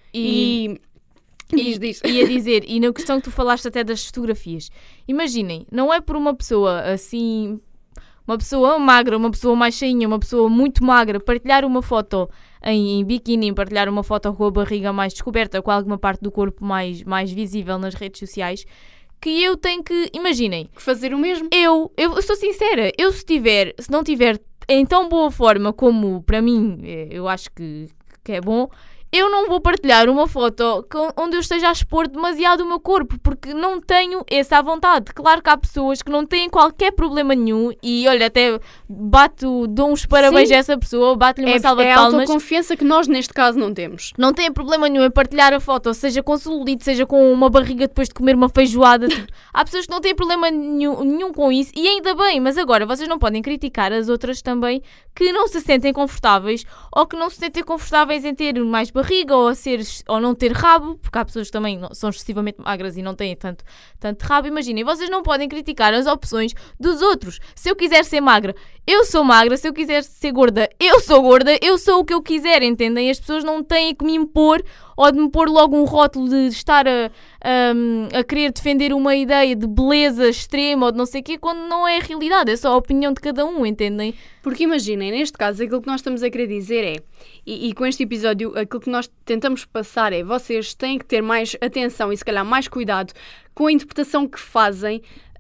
E... e... Diz, diz. E a dizer, e na questão que tu falaste até das fotografias, imaginem, não é por uma pessoa assim... Uma pessoa magra, uma pessoa mais cheinha, uma pessoa muito magra, partilhar uma foto em, em biquíni, partilhar uma foto com a barriga mais descoberta, com alguma parte do corpo mais, mais visível nas redes sociais, que eu tenho que, imaginem... fazer o mesmo. Eu, eu, eu sou sincera, eu se tiver, se não tiver em tão boa forma como para mim, eu acho que, que é bom... Eu não vou partilhar uma foto onde eu esteja a expor demasiado o meu corpo, porque não tenho essa vontade. Claro que há pessoas que não têm qualquer problema nenhum e, olha, até bato, dou uns parabéns Sim. a essa pessoa, bato-lhe uma é, salva é de palmas. É a autoconfiança que nós, neste caso, não temos. Não tem problema nenhum em partilhar a foto, seja com celulite, seja com uma barriga depois de comer uma feijoada. Tipo. Há pessoas que não têm problema nenhum, nenhum com isso e ainda bem, mas agora vocês não podem criticar as outras também que não se sentem confortáveis ou que não se sentem confortáveis em ter mais barriga ou a ser ou não ter rabo, porque há pessoas que também são excessivamente magras e não têm tanto, tanto rabo. Imaginem, vocês não podem criticar as opções dos outros. Se eu quiser ser magra, eu sou magra. Se eu quiser ser gorda, eu sou gorda. Eu sou o que eu quiser, entendem? As pessoas não têm que me impor ou de me pôr logo um rótulo de estar a, a, a querer defender uma ideia de beleza extrema ou de não sei o quê, quando não é a realidade. É só a opinião de cada um, entendem? Porque imaginem, neste caso, aquilo que nós estamos a querer dizer é, e, e com este episódio, aquilo que nós tentamos passar é, vocês têm que ter mais atenção e se calhar mais cuidado com a interpretação que fazem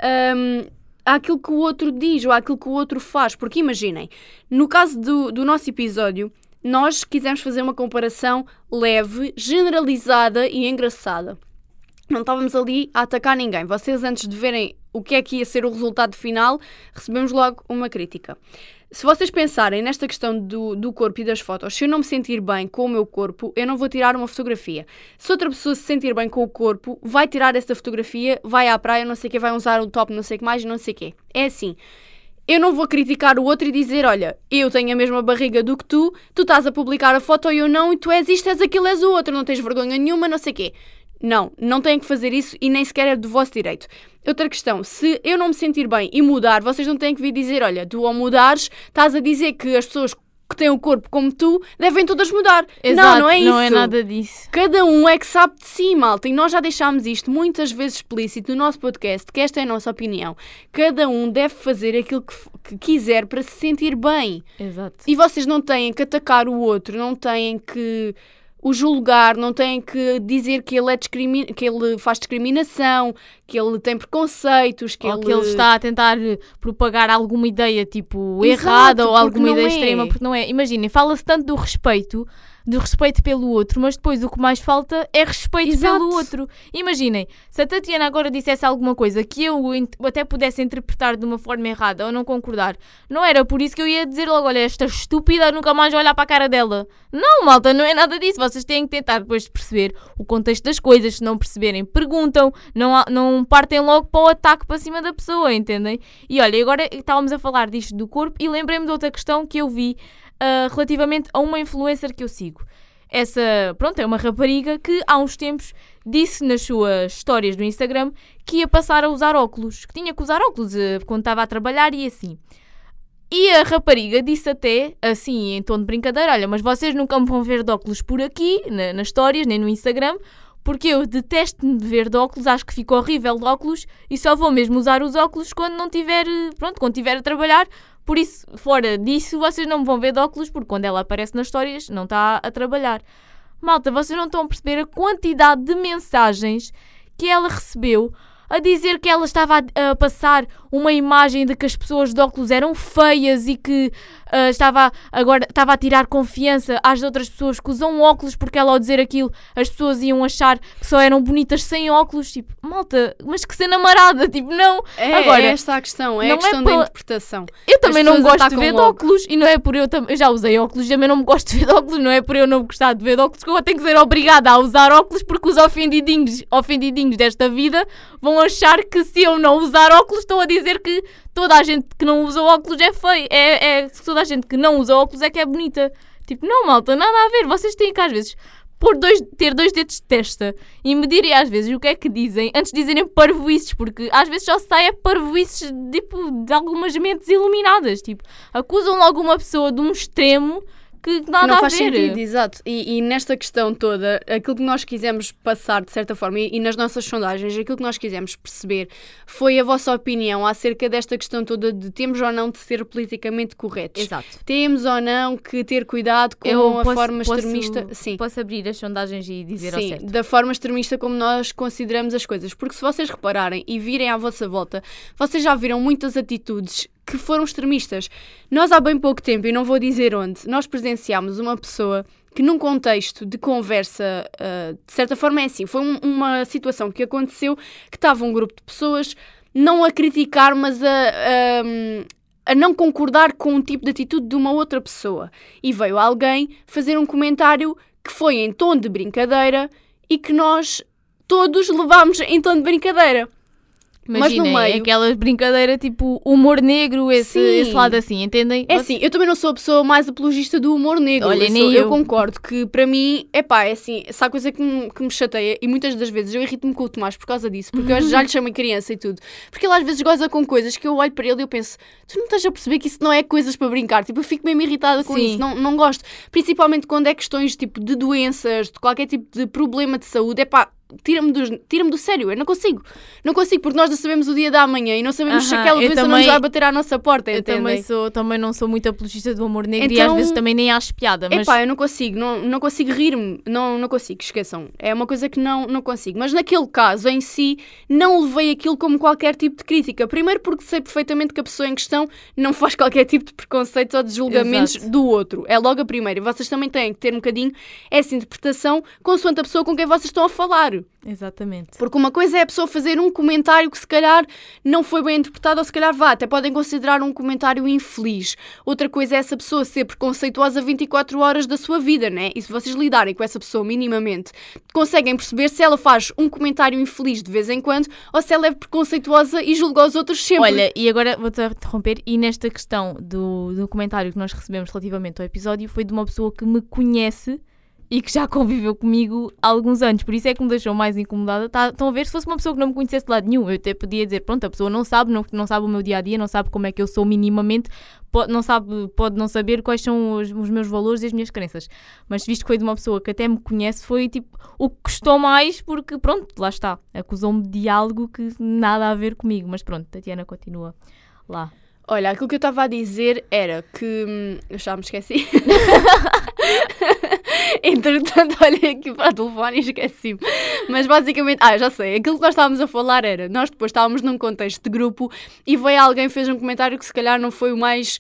um, àquilo que o outro diz ou àquilo que o outro faz. Porque imaginem, no caso do, do nosso episódio, nós quisemos fazer uma comparação leve, generalizada e engraçada. Não estávamos ali a atacar ninguém. Vocês, antes de verem o que é que ia ser o resultado final, recebemos logo uma crítica. Se vocês pensarem nesta questão do, do corpo e das fotos, se eu não me sentir bem com o meu corpo, eu não vou tirar uma fotografia. Se outra pessoa se sentir bem com o corpo, vai tirar essa fotografia, vai à praia, não sei o quê, vai usar o top, não sei o que mais, não sei o quê. É assim. Eu não vou criticar o outro e dizer: olha, eu tenho a mesma barriga do que tu, tu estás a publicar a foto e eu não, e tu és isto, és aquilo, és o outro, não tens vergonha nenhuma, não sei o quê. Não, não têm que fazer isso e nem sequer é do vosso direito. Outra questão, se eu não me sentir bem e mudar, vocês não têm que vir dizer: olha, tu ao mudares estás a dizer que as pessoas que têm o corpo como tu, devem todas mudar. Exato, não, não é isso. Não é nada disso. Cada um é que sabe de si, malta. E nós já deixámos isto muitas vezes explícito no nosso podcast, que esta é a nossa opinião. Cada um deve fazer aquilo que, que quiser para se sentir bem. Exato. E vocês não têm que atacar o outro, não têm que o julgar, não têm que dizer que ele, é discrimi- que ele faz discriminação, que ele tem preconceitos, que, ou ele... que ele está a tentar propagar alguma ideia tipo Exato, errada ou porque alguma não ideia é. extrema, porque não é. Imaginem, fala-se tanto do respeito, do respeito pelo outro, mas depois o que mais falta é respeito Exato. pelo outro. Imaginem, se a Tatiana agora dissesse alguma coisa que eu int- até pudesse interpretar de uma forma errada ou não concordar, não era por isso que eu ia dizer logo, olha, esta estúpida, nunca mais vou olhar para a cara dela. Não, malta, não é nada disso. Vocês têm que tentar depois perceber o contexto das coisas. Se não perceberem, perguntam, não, há, não partem logo para o ataque para cima da pessoa, entendem? E olha, agora estávamos a falar disto do corpo e lembrei-me de outra questão que eu vi uh, relativamente a uma influencer que eu sigo. Essa, pronto, é uma rapariga que há uns tempos disse nas suas histórias do Instagram que ia passar a usar óculos, que tinha que usar óculos uh, quando estava a trabalhar e assim. E a rapariga disse até, assim, em tom de brincadeira, olha, mas vocês nunca me vão ver de óculos por aqui, na, nas histórias, nem no Instagram, porque eu detesto-me de ver de óculos, acho que fica horrível de óculos e só vou mesmo usar os óculos quando não tiver, pronto, quando tiver a trabalhar. Por isso, fora disso, vocês não me vão ver de óculos, porque quando ela aparece nas histórias, não está a trabalhar. Malta, vocês não estão a perceber a quantidade de mensagens que ela recebeu a dizer que ela estava a, a passar uma imagem de que as pessoas de óculos eram feias e que uh, estava, agora, estava a tirar confiança às outras pessoas que usam óculos, porque ela ao dizer aquilo as pessoas iam achar que só eram bonitas sem óculos. Tipo, malta, mas que cena marada, tipo, não. É, agora, é esta a questão, é não a questão é da pela- interpretação. eu também As não pessoas gosto de atacam ver de logo. óculos e não é por eu, tam- eu já usei óculos, também não me gosto de ver de óculos, não é por eu não gostar de ver de óculos que eu tenho que ser obrigada a usar óculos, porque os ofendidinhos, ofendidinhos desta vida vão achar que se eu não usar óculos estão a dizer que toda a gente que não usa óculos é feia, é, é, toda a gente que não usa óculos é que é bonita. Tipo, não, malta, nada a ver, vocês têm que às vezes pôr dois, ter dois dedos de testa e medirem às vezes o que é que dizem antes de dizerem parvoices, porque às vezes só se sai é parvoices tipo, de algumas mentes iluminadas, tipo, acusam logo uma pessoa de um extremo que nada Que não a faz ver. sentido, exato. E, e nesta questão toda, aquilo que nós quisemos passar, de certa forma, e, e nas nossas sondagens, aquilo que nós quisemos perceber foi a vossa opinião acerca desta questão toda de temos ou não de ser politicamente corretos. Exato. Temos ou não que ter cuidado com Eu a posso- forma posso- extremista. Sim. Posso abrir as sondagens e dizer ao Sim, certo. da forma extremista como nós consideramos as coisas. Porque se vocês repararem e virem à vossa volta, vocês já viram muitas atitudes que foram extremistas. Nós há bem pouco tempo, e não vou dizer onde, nós presenciámos uma pessoa que num contexto de conversa, uh, de certa forma é assim, foi um- uma situação que aconteceu que estava um grupo de pessoas não a criticar, mas a... a a não concordar com um tipo de atitude de uma outra pessoa. E veio alguém fazer um comentário que foi em tom de brincadeira e que nós todos levámos em tom de brincadeira. Imaginem, mas no meio- aquelas brincadeiras tipo humor negro, esse, Sim. esse lado assim, entendem? É Vocês- assim, eu também não sou a pessoa mais apologista do humor negro. Olha, eu, nem sou- eu. eu concordo que para mim, é pá, é assim, se há coisa que me, que me chateia, e muitas das vezes eu irrito-me com o Tomás por causa disso, porque eu já lhe chamo criança e tudo. Porque ele às vezes goza com coisas que eu olho para ele e eu penso, tu não estás a perceber que isso não é coisas para brincar. Tipo, eu fico mesmo irritada com Sim. isso, não, não gosto. Principalmente quando é questões tipo de doenças, de qualquer tipo de problema de saúde, é pá. Tira-me do, tira-me do sério, eu não consigo. Não consigo, porque nós não sabemos o dia da manhã e não sabemos se Aham, aquela eu doença não também- nos vai bater à nossa porta, Eu entendem? também, sou, também não sou muito apologista do humor negro e Então- às vezes também nem acho piada, mas Epá, eu não consigo, não, não consigo rir-me, não, não consigo, esqueçam. É uma coisa que não, não consigo. Mas naquele caso em si, não levei aquilo como qualquer tipo de crítica. Primeiro porque sei perfeitamente que a pessoa em questão não faz qualquer tipo de preconceitos ou de julgamentos Exato. do outro. É logo a primeira. E vocês também têm que ter um bocadinho essa interpretação consoante a pessoa com quem vocês estão a falar. exatamente. Porque uma coisa é a pessoa fazer um comentário que se calhar não foi bem interpretado ou se calhar vá, até podem considerar um comentário infeliz. Outra coisa é essa pessoa ser preconceituosa vinte e quatro horas da sua vida, né? E se vocês lidarem com essa pessoa minimamente, conseguem perceber se ela faz um comentário infeliz de vez em quando ou se ela é preconceituosa e julga os outros sempre. Olha, e agora vou-te interromper, e nesta questão do, do comentário que nós recebemos relativamente ao episódio foi de uma pessoa que me conhece e que já conviveu comigo há alguns anos, por isso é que me deixou mais incomodada. Tá, estão a ver, se fosse uma pessoa que não me conhecesse de lado nenhum, eu até podia dizer, pronto, a pessoa não sabe, não, não sabe o meu dia-a-dia, não sabe como é que eu sou minimamente, pode não, sabe, pode não saber quais são os, os meus valores e as minhas crenças. Mas visto que foi de uma pessoa que até me conhece, foi tipo o que custou mais, porque pronto, lá está, acusou-me de algo que nada a ver comigo, mas pronto, Tatiana continua lá. Olha, aquilo que eu estava a dizer era que... Hum, eu já me esqueci. Entretanto, olhei aqui para o telefone e esqueci-me. Mas basicamente... Ah, já sei. Aquilo que nós estávamos a falar era... Nós depois estávamos num contexto de grupo e veio alguém fez um comentário que se calhar não foi o mais...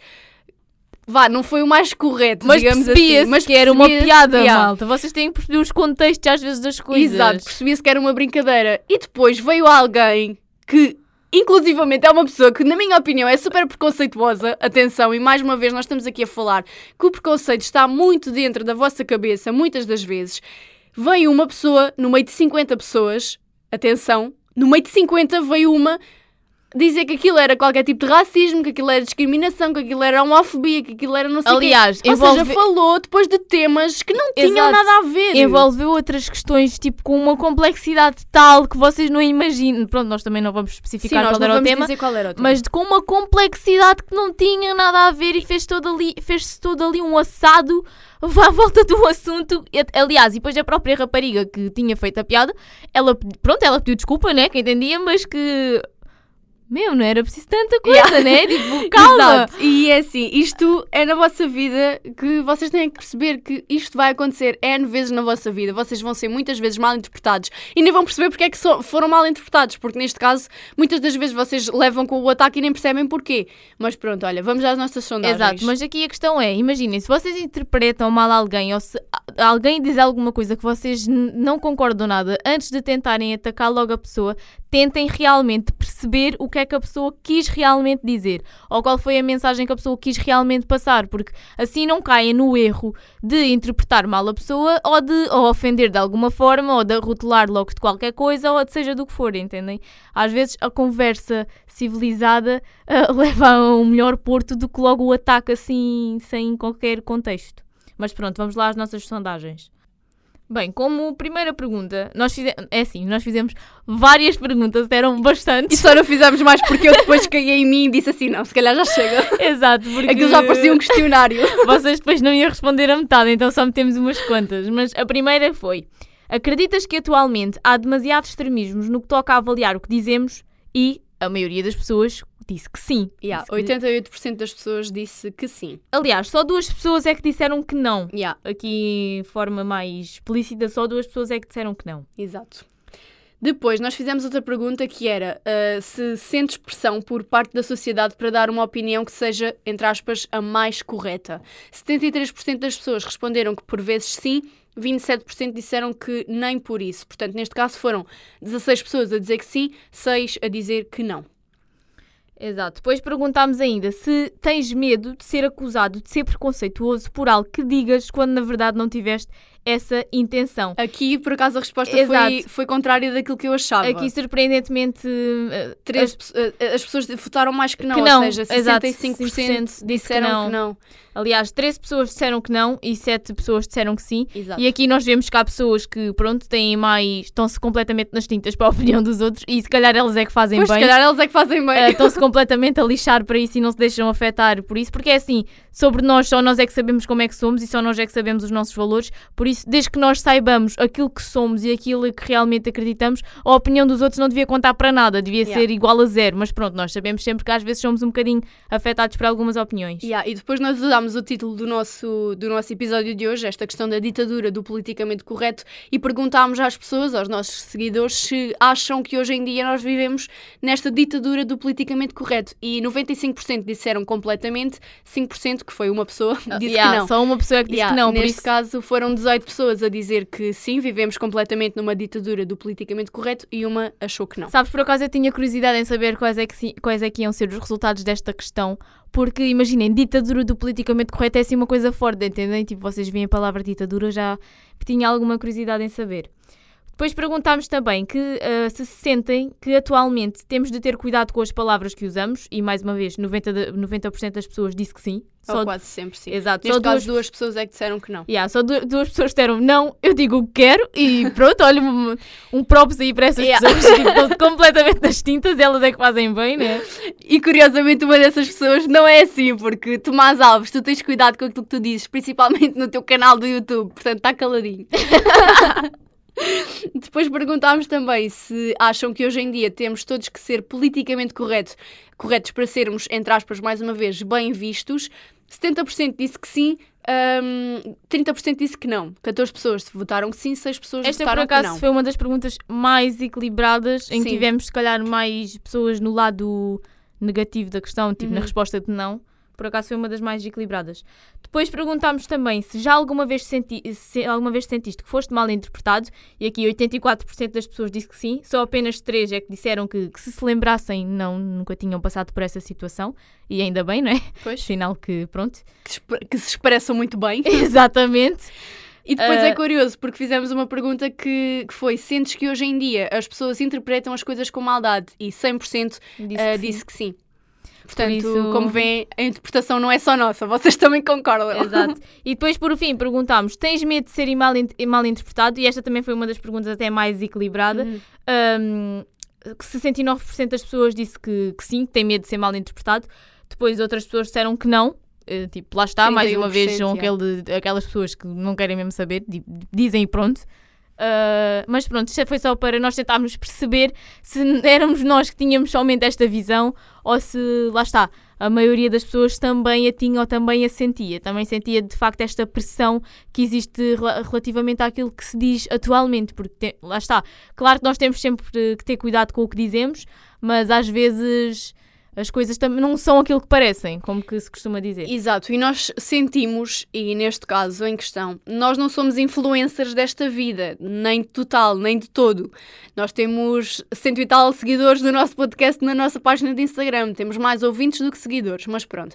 Vá, não foi o mais correto, mas digamos percebia-se assim. Mas que era uma piada, yeah. malta. Vocês têm que perceber os contextos às vezes das coisas. Exato, percebia-se que era uma brincadeira. E depois veio alguém que... Inclusivamente é uma pessoa que, na minha opinião, é super preconceituosa. Atenção, e mais uma vez nós estamos aqui a falar que o preconceito está muito dentro da vossa cabeça, muitas das vezes. Veio uma pessoa, no meio de cinquenta pessoas, atenção, no meio de cinquenta veio uma dizer que aquilo era qualquer tipo de racismo, que aquilo era discriminação, que aquilo era homofobia, que aquilo era não sei o quê. Aliás, Ou envolve... seja, falou depois de temas que não tinham Exato. nada a ver. Envolveu outras questões, tipo, com uma complexidade tal que vocês não imaginam. Pronto, nós também não vamos especificar Sim, qual, era não vamos o tema, dizer qual era o tema, mas de, com uma complexidade que não tinha nada a ver e fez todo ali, fez-se todo ali um assado à volta do assunto. Aliás, e depois a própria rapariga que tinha feito a piada, ela, pronto, ela pediu desculpa, né, quem entendia, mas que... Meu, não era preciso tanta coisa, yeah. né? Tipo, calma. Exato. E é assim, isto é na vossa vida que vocês têm que perceber que isto vai acontecer N vezes na vossa vida. Vocês vão ser muitas vezes mal interpretados e nem vão perceber porque é que so- foram mal interpretados, porque neste caso, muitas das vezes vocês levam com o ataque e nem percebem porquê. Mas pronto, olha, vamos às nossas sondagens. Exato, mas aqui a questão é, imaginem, se vocês interpretam mal alguém ou se alguém diz alguma coisa que vocês n- não concordam nada, antes de tentarem atacar logo a pessoa, tentem realmente perceber o que é que a pessoa quis realmente dizer ou qual foi a mensagem que a pessoa quis realmente passar, porque assim não caem no erro de interpretar mal a pessoa ou de ou ofender de alguma forma ou de rotular logo de qualquer coisa ou de seja do que for, entendem? Às vezes a conversa civilizada uh, leva a um melhor porto do que logo o ataque assim sem qualquer contexto. Mas pronto, vamos lá às nossas sondagens. Bem, como primeira pergunta, nós fizemos, é assim, nós fizemos várias perguntas, eram bastantes. E só não fizemos mais porque eu depois caí em mim e disse assim, não, se calhar já chega. Exato, porque... Aquilo já parecia um questionário. Vocês depois não iam responder a metade, então só metemos umas quantas. Mas a primeira foi, acreditas que atualmente há demasiados extremismos no que toca a avaliar o que dizemos? E a maioria das pessoas disse que sim. Yeah, disse que... oitenta e oito por cento das pessoas disse que sim. Aliás, só duas pessoas é que disseram que não. Yeah. Aqui, de forma mais explícita, só duas pessoas é que disseram que não. Exato. Depois, nós fizemos outra pergunta que era uh, se sentes pressão por parte da sociedade para dar uma opinião que seja, entre aspas, a mais correta. setenta e três por cento das pessoas responderam que por vezes sim, vinte e sete por cento disseram que nem por isso. Portanto, neste caso foram dezasseis pessoas a dizer que sim, seis a dizer que não. Exato. Depois perguntámos ainda se tens medo de ser acusado de ser preconceituoso por algo que digas quando na verdade não tiveste essa intenção. Aqui, por acaso, a resposta foi, foi contrária daquilo que eu achava. Aqui, surpreendentemente, uh, Três, as, uh, as pessoas votaram mais que não, que não, ou seja, sessenta e cinco por cento disseram que não. que não. Aliás, treze pessoas disseram que não e sete pessoas disseram que sim. Exato. E aqui nós vemos que há pessoas que, pronto, têm mais... estão-se completamente nas tintas para a opinião dos outros e se calhar elas é que fazem pois, bem. se calhar elas é que fazem bem. Uh, estão-se completamente a lixar para isso e não se deixam afetar por isso, porque é assim, sobre nós só nós é que sabemos como é que somos e só nós é que sabemos os nossos valores, por isso, desde que nós saibamos aquilo que somos e aquilo que realmente acreditamos, a opinião dos outros não devia contar para nada, devia yeah. ser igual a zero, mas pronto, nós sabemos sempre que às vezes somos um bocadinho afetados por algumas opiniões. Yeah, e depois nós usámos o título do nosso, do nosso episódio de hoje, esta questão da ditadura do politicamente correto, e perguntámos às pessoas, aos nossos seguidores, se acham que hoje em dia nós vivemos nesta ditadura do politicamente correto, e noventa e cinco por cento disseram completamente, cinco por cento que foi uma pessoa disse yeah, que não. Só uma pessoa que disse yeah, que não. Neste por isso... caso foram dezoito pessoas a dizer que sim, vivemos completamente numa ditadura do politicamente correto e uma achou que não. Sabes, por acaso eu tinha curiosidade em saber quais é que, quais é que iam ser os resultados desta questão, porque imaginem, ditadura do politicamente correto é assim uma coisa forte, entendem? Tipo, vocês veem a palavra ditadura, já tinha alguma curiosidade em saber. Depois perguntámos também que uh, se sentem que atualmente temos de ter cuidado com as palavras que usamos, e mais uma vez, noventa por cento, noventa por cento das pessoas disse que sim. Ou só quase sempre sim. Exato. Neste só caso, duas... duas pessoas é que disseram que não. Yeah, só du- duas pessoas disseram não, eu digo o que quero e pronto, olha, um, um props aí para essas Yeah. pessoas que estão completamente nas tintas, elas é que fazem bem, né? E curiosamente uma dessas pessoas não é assim, porque Tomás Alves, tu tens cuidado com aquilo que tu dizes, principalmente no teu canal do YouTube, portanto está caladinho. Depois perguntámos também se acham que hoje em dia temos todos que ser politicamente corretos, corretos para sermos, entre aspas, mais uma vez, bem vistos. setenta por cento disse que sim, um, trinta por cento disse que não. catorze pessoas votaram que sim, seis pessoas Esta, votaram por acaso, que não. foi uma das perguntas mais equilibradas, em que Sim. tivemos, se calhar, mais pessoas no lado negativo da questão, tipo Uhum. na resposta de não. Por acaso foi uma das mais equilibradas. Depois perguntámos também se já alguma vez, senti, se alguma vez sentiste que foste mal interpretado, e aqui oitenta e quatro por cento das pessoas disse que sim, só apenas três é que disseram que, que se se lembrassem não, nunca tinham passado por essa situação, e ainda bem, não é? Pois. Sinal que, pronto. Que, se, que se expressam muito bem. Exatamente. E depois Uh, é curioso, porque fizemos uma pergunta que, que foi: sentes que hoje em dia as pessoas interpretam as coisas com maldade? E cem por cento Disse uh, que disse sim. que sim. Portanto, isso- como veem, a interpretação não é só nossa, vocês também concordam. Exato. E depois, por fim, perguntámos: tens medo de ser mal, in- mal interpretado? E esta também foi uma das perguntas até mais equilibrada. Uhum. Um, que sessenta e nove por cento das pessoas disse que, que sim, que tem medo de ser mal interpretado. Depois outras pessoas disseram que não. Uh, tipo, lá está, mais uma vez, são trinta e um por cento, aquele, aquelas pessoas que não querem mesmo saber, di- dizem e pronto. Uh, mas pronto, isto foi só para nós tentarmos perceber se éramos nós que tínhamos somente esta visão ou se, lá está, a maioria das pessoas também a tinha ou também a sentia. Também sentia de facto esta pressão que existe rela- relativamente àquilo que se diz atualmente, porque te- lá está, claro que nós temos sempre que ter cuidado com o que dizemos, mas às vezes as coisas também não são aquilo que parecem, como que se costuma dizer. Exato, e nós sentimos, e neste caso em questão, nós não somos influencers desta vida, nem de total, nem de todo. Nós temos cento e tal seguidores do nosso podcast na nossa página de Instagram, temos mais ouvintes do que seguidores, mas pronto.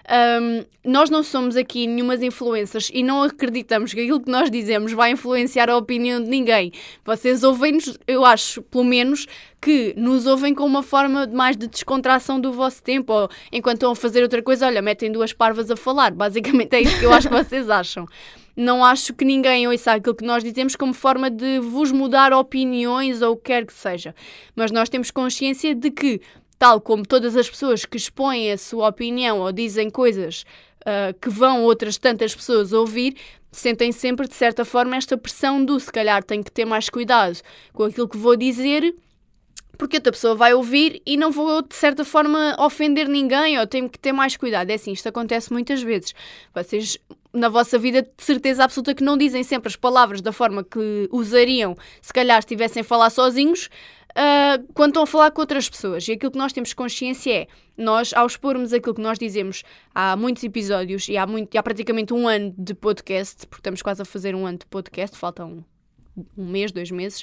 Um, nós não somos aqui nenhumas influencers e não acreditamos que aquilo que nós dizemos vai influenciar a opinião de ninguém. Vocês ouvem-nos, eu acho, pelo menos, que nos ouvem com uma forma mais de descontração do vosso tempo, ou enquanto estão a fazer outra coisa, olha, metem duas parvas a falar. Basicamente é isso que eu acho que vocês acham. Não acho que ninguém ouça aquilo que nós dizemos como forma de vos mudar opiniões ou o que quer que seja. Mas nós temos consciência de que, tal como todas as pessoas que expõem a sua opinião ou dizem coisas uh, que vão outras tantas pessoas ouvir, sentem sempre, de certa forma, esta pressão do se calhar tenho que ter mais cuidado com aquilo que vou dizer, porque outra pessoa vai ouvir e não vou, de certa forma, ofender ninguém, ou tenho que ter mais cuidado. É assim, isto acontece muitas vezes. Vocês, na vossa vida, de certeza absoluta que não dizem sempre as palavras da forma que usariam se calhar estivessem a falar sozinhos, uh, quando estão a falar com outras pessoas. E aquilo que nós temos consciência é, nós, ao expormos aquilo que nós dizemos há muitos episódios, e há, muito, e há praticamente um ano de podcast, porque estamos quase a fazer um ano de podcast, faltam um mês, dois meses,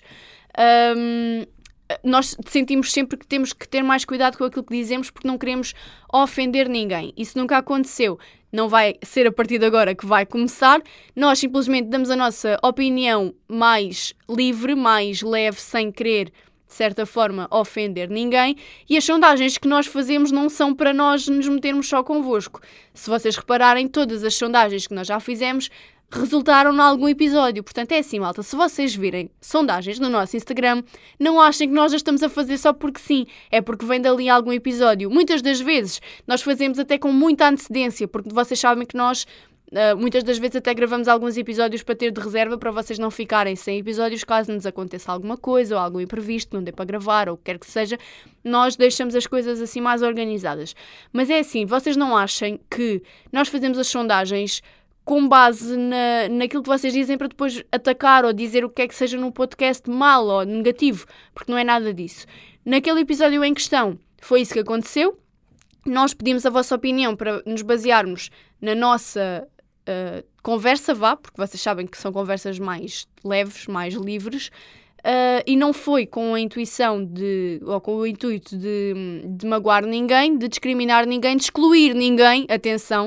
um, nós sentimos sempre que temos que ter mais cuidado com aquilo que dizemos porque não queremos ofender ninguém. Isso nunca aconteceu. Não vai ser a partir de agora que vai começar. Nós simplesmente damos a nossa opinião mais livre, mais leve, sem querer, de certa forma, ofender ninguém. E as sondagens que nós fazemos não são para nós nos metermos só convosco. Se vocês repararem, todas as sondagens que nós já fizemos resultaram em algum episódio. Portanto, é assim, malta, se vocês virem sondagens no nosso Instagram, não achem que nós as estamos a fazer só porque sim, é porque vem dali algum episódio. Muitas das vezes nós fazemos até com muita antecedência, porque vocês sabem que nós uh, muitas das vezes até gravamos alguns episódios para ter de reserva, para vocês não ficarem sem episódios caso nos aconteça alguma coisa ou algo imprevisto, não dê para gravar ou o que quer que seja. Nós deixamos as coisas assim mais organizadas. Mas é assim, vocês não achem que nós fazemos as sondagens com base na, naquilo que vocês dizem para depois atacar ou dizer o que é que seja num podcast mal ou negativo, porque não é nada disso. Naquele episódio em questão, foi isso que aconteceu. Nós pedimos a vossa opinião para nos basearmos na nossa uh, conversa, vá, porque vocês sabem que são conversas mais leves, mais livres, uh, e não foi com a intuição de, ou com o intuito de, de magoar ninguém, de discriminar ninguém, de excluir ninguém, atenção,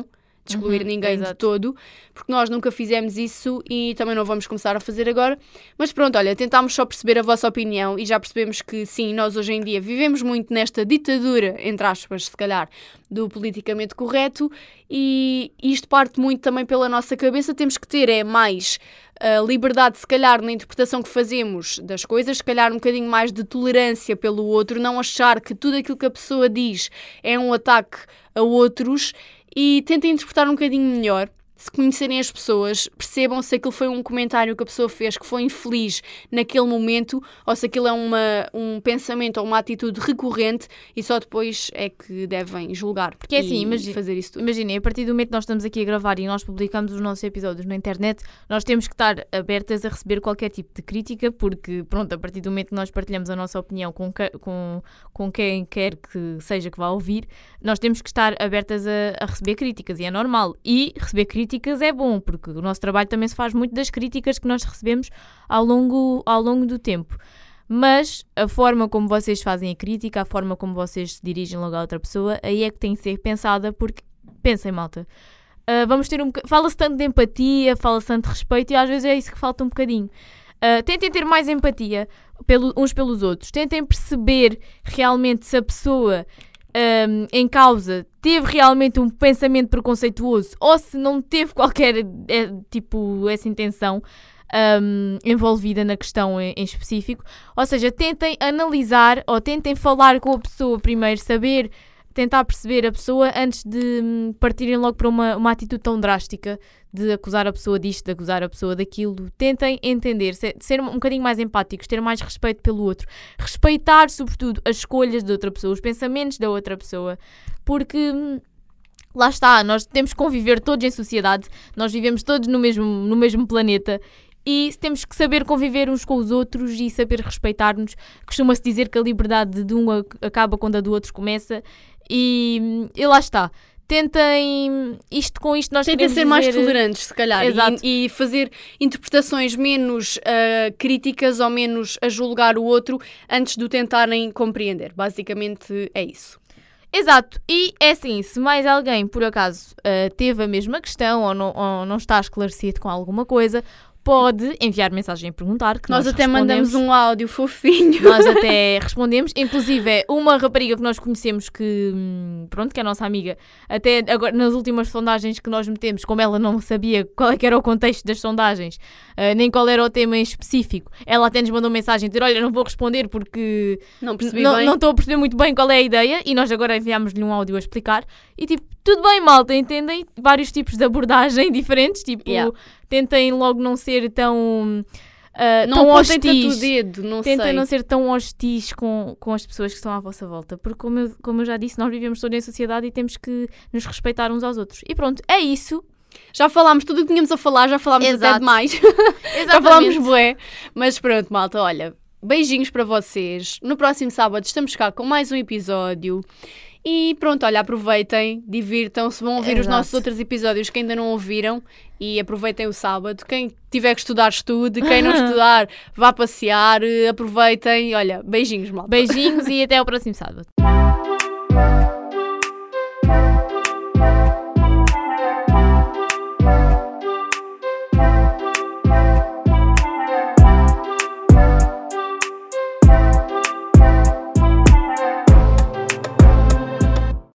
de excluir Uhum, ninguém exato. de todo, porque nós nunca fizemos isso e também não vamos começar a fazer agora. Mas pronto, olha, tentámos só perceber a vossa opinião e já percebemos que sim, nós hoje em dia vivemos muito nesta ditadura, entre aspas, se calhar, do politicamente correto, e isto parte muito também pela nossa cabeça. Temos que ter é mais uh, liberdade, se calhar, na interpretação que fazemos das coisas, se calhar um bocadinho mais de tolerância pelo outro, não achar que tudo aquilo que a pessoa diz é um ataque a outros, e tentem interpretar um bocadinho melhor. Se conhecerem as pessoas, percebam se aquilo foi um comentário que a pessoa fez que foi infeliz naquele momento, ou se aquilo é uma, um pensamento ou uma atitude recorrente, e só depois é que devem julgar. Porque é assim, e imagina, fazer isso tudo. Imaginem, a partir do momento que nós estamos aqui a gravar e nós publicamos os nossos episódios na internet, nós temos que estar abertas a receber qualquer tipo de crítica, porque, pronto, a partir do momento que nós partilhamos a nossa opinião com, que, com, com quem quer que seja que vá ouvir, nós temos que estar abertas a, a receber críticas, e é normal. E receber críticas é bom, porque o nosso trabalho também se faz muito das críticas que nós recebemos ao longo, ao longo do tempo. Mas a forma como vocês fazem a crítica, a forma como vocês se dirigem logo a outra pessoa, aí é que tem que ser pensada, porque, pensem, malta, uh, vamos ter um boc... fala-se tanto de empatia, fala-se tanto de respeito, e às vezes é isso que falta um bocadinho. Uh, tentem ter mais empatia pelo, uns pelos outros, tentem perceber realmente se a pessoa Um, em causa teve realmente um pensamento preconceituoso, ou se não teve qualquer é, tipo essa intenção um, envolvida na questão em, em específico. Ou seja, tentem analisar ou tentem falar com a pessoa primeiro, saber, tentar perceber a pessoa antes de um, partirem logo para uma, uma atitude tão drástica de acusar a pessoa disto, de acusar a pessoa daquilo. Tentem entender, ser, ser um bocadinho mais empáticos, ter mais respeito pelo outro, respeitar sobretudo as escolhas da outra pessoa, os pensamentos da outra pessoa, porque lá está, nós temos que conviver todos em sociedade, nós vivemos todos no mesmo, no mesmo planeta, e temos que saber conviver uns com os outros e saber respeitar-nos. Costuma-se dizer que a liberdade de um acaba quando a do outro começa, e, e lá está. Tentem, isto, com isto nós Tentem queremos ser dizer... mais tolerantes, se calhar, Exato. e, e fazer interpretações menos uh, críticas ou menos a julgar o outro antes de o tentarem compreender. Basicamente é isso. Exato, e é assim, se mais alguém por acaso uh, teve a mesma questão ou não, ou não está esclarecido com alguma coisa, pode enviar mensagem a perguntar, que nós, nós até respondemos. mandamos um áudio fofinho. Nós até respondemos, inclusive uma rapariga que nós conhecemos que, pronto, que é a nossa amiga, até agora nas últimas sondagens que nós metemos, como ela não sabia qual é que era o contexto das sondagens, uh, nem qual era o tema em específico, ela até nos mandou mensagem a dizer, olha, não vou responder porque não percebi não, bem. não estou a perceber muito bem qual é a ideia, e nós agora enviámos-lhe um áudio a explicar, e tipo, tudo bem, malta, entendem? Vários tipos de abordagem diferentes, tipo, Yeah. tentem logo não ser tão... Uh, não tão apontem hostis. tanto o dedo, não Tentem sei. não ser tão hostis com, com as pessoas que estão à vossa volta, porque como eu, como eu já disse, nós vivemos todos em sociedade e temos que nos respeitar uns aos outros. E pronto, é isso. Já falámos tudo o que tínhamos a falar, já falámos Exato. até demais. Já falámos bué. Mas pronto, malta, olha, beijinhos para vocês. No próximo sábado estamos cá com mais um episódio. E pronto, olha, aproveitem, divirtam-se, vão ouvir Exato. os nossos outros episódios que ainda não ouviram, e aproveitem o sábado. Quem tiver que estudar, estude. Quem não estudar, vá passear. Aproveitem. Olha, beijinhos, malta. Beijinhos e até ao próximo sábado.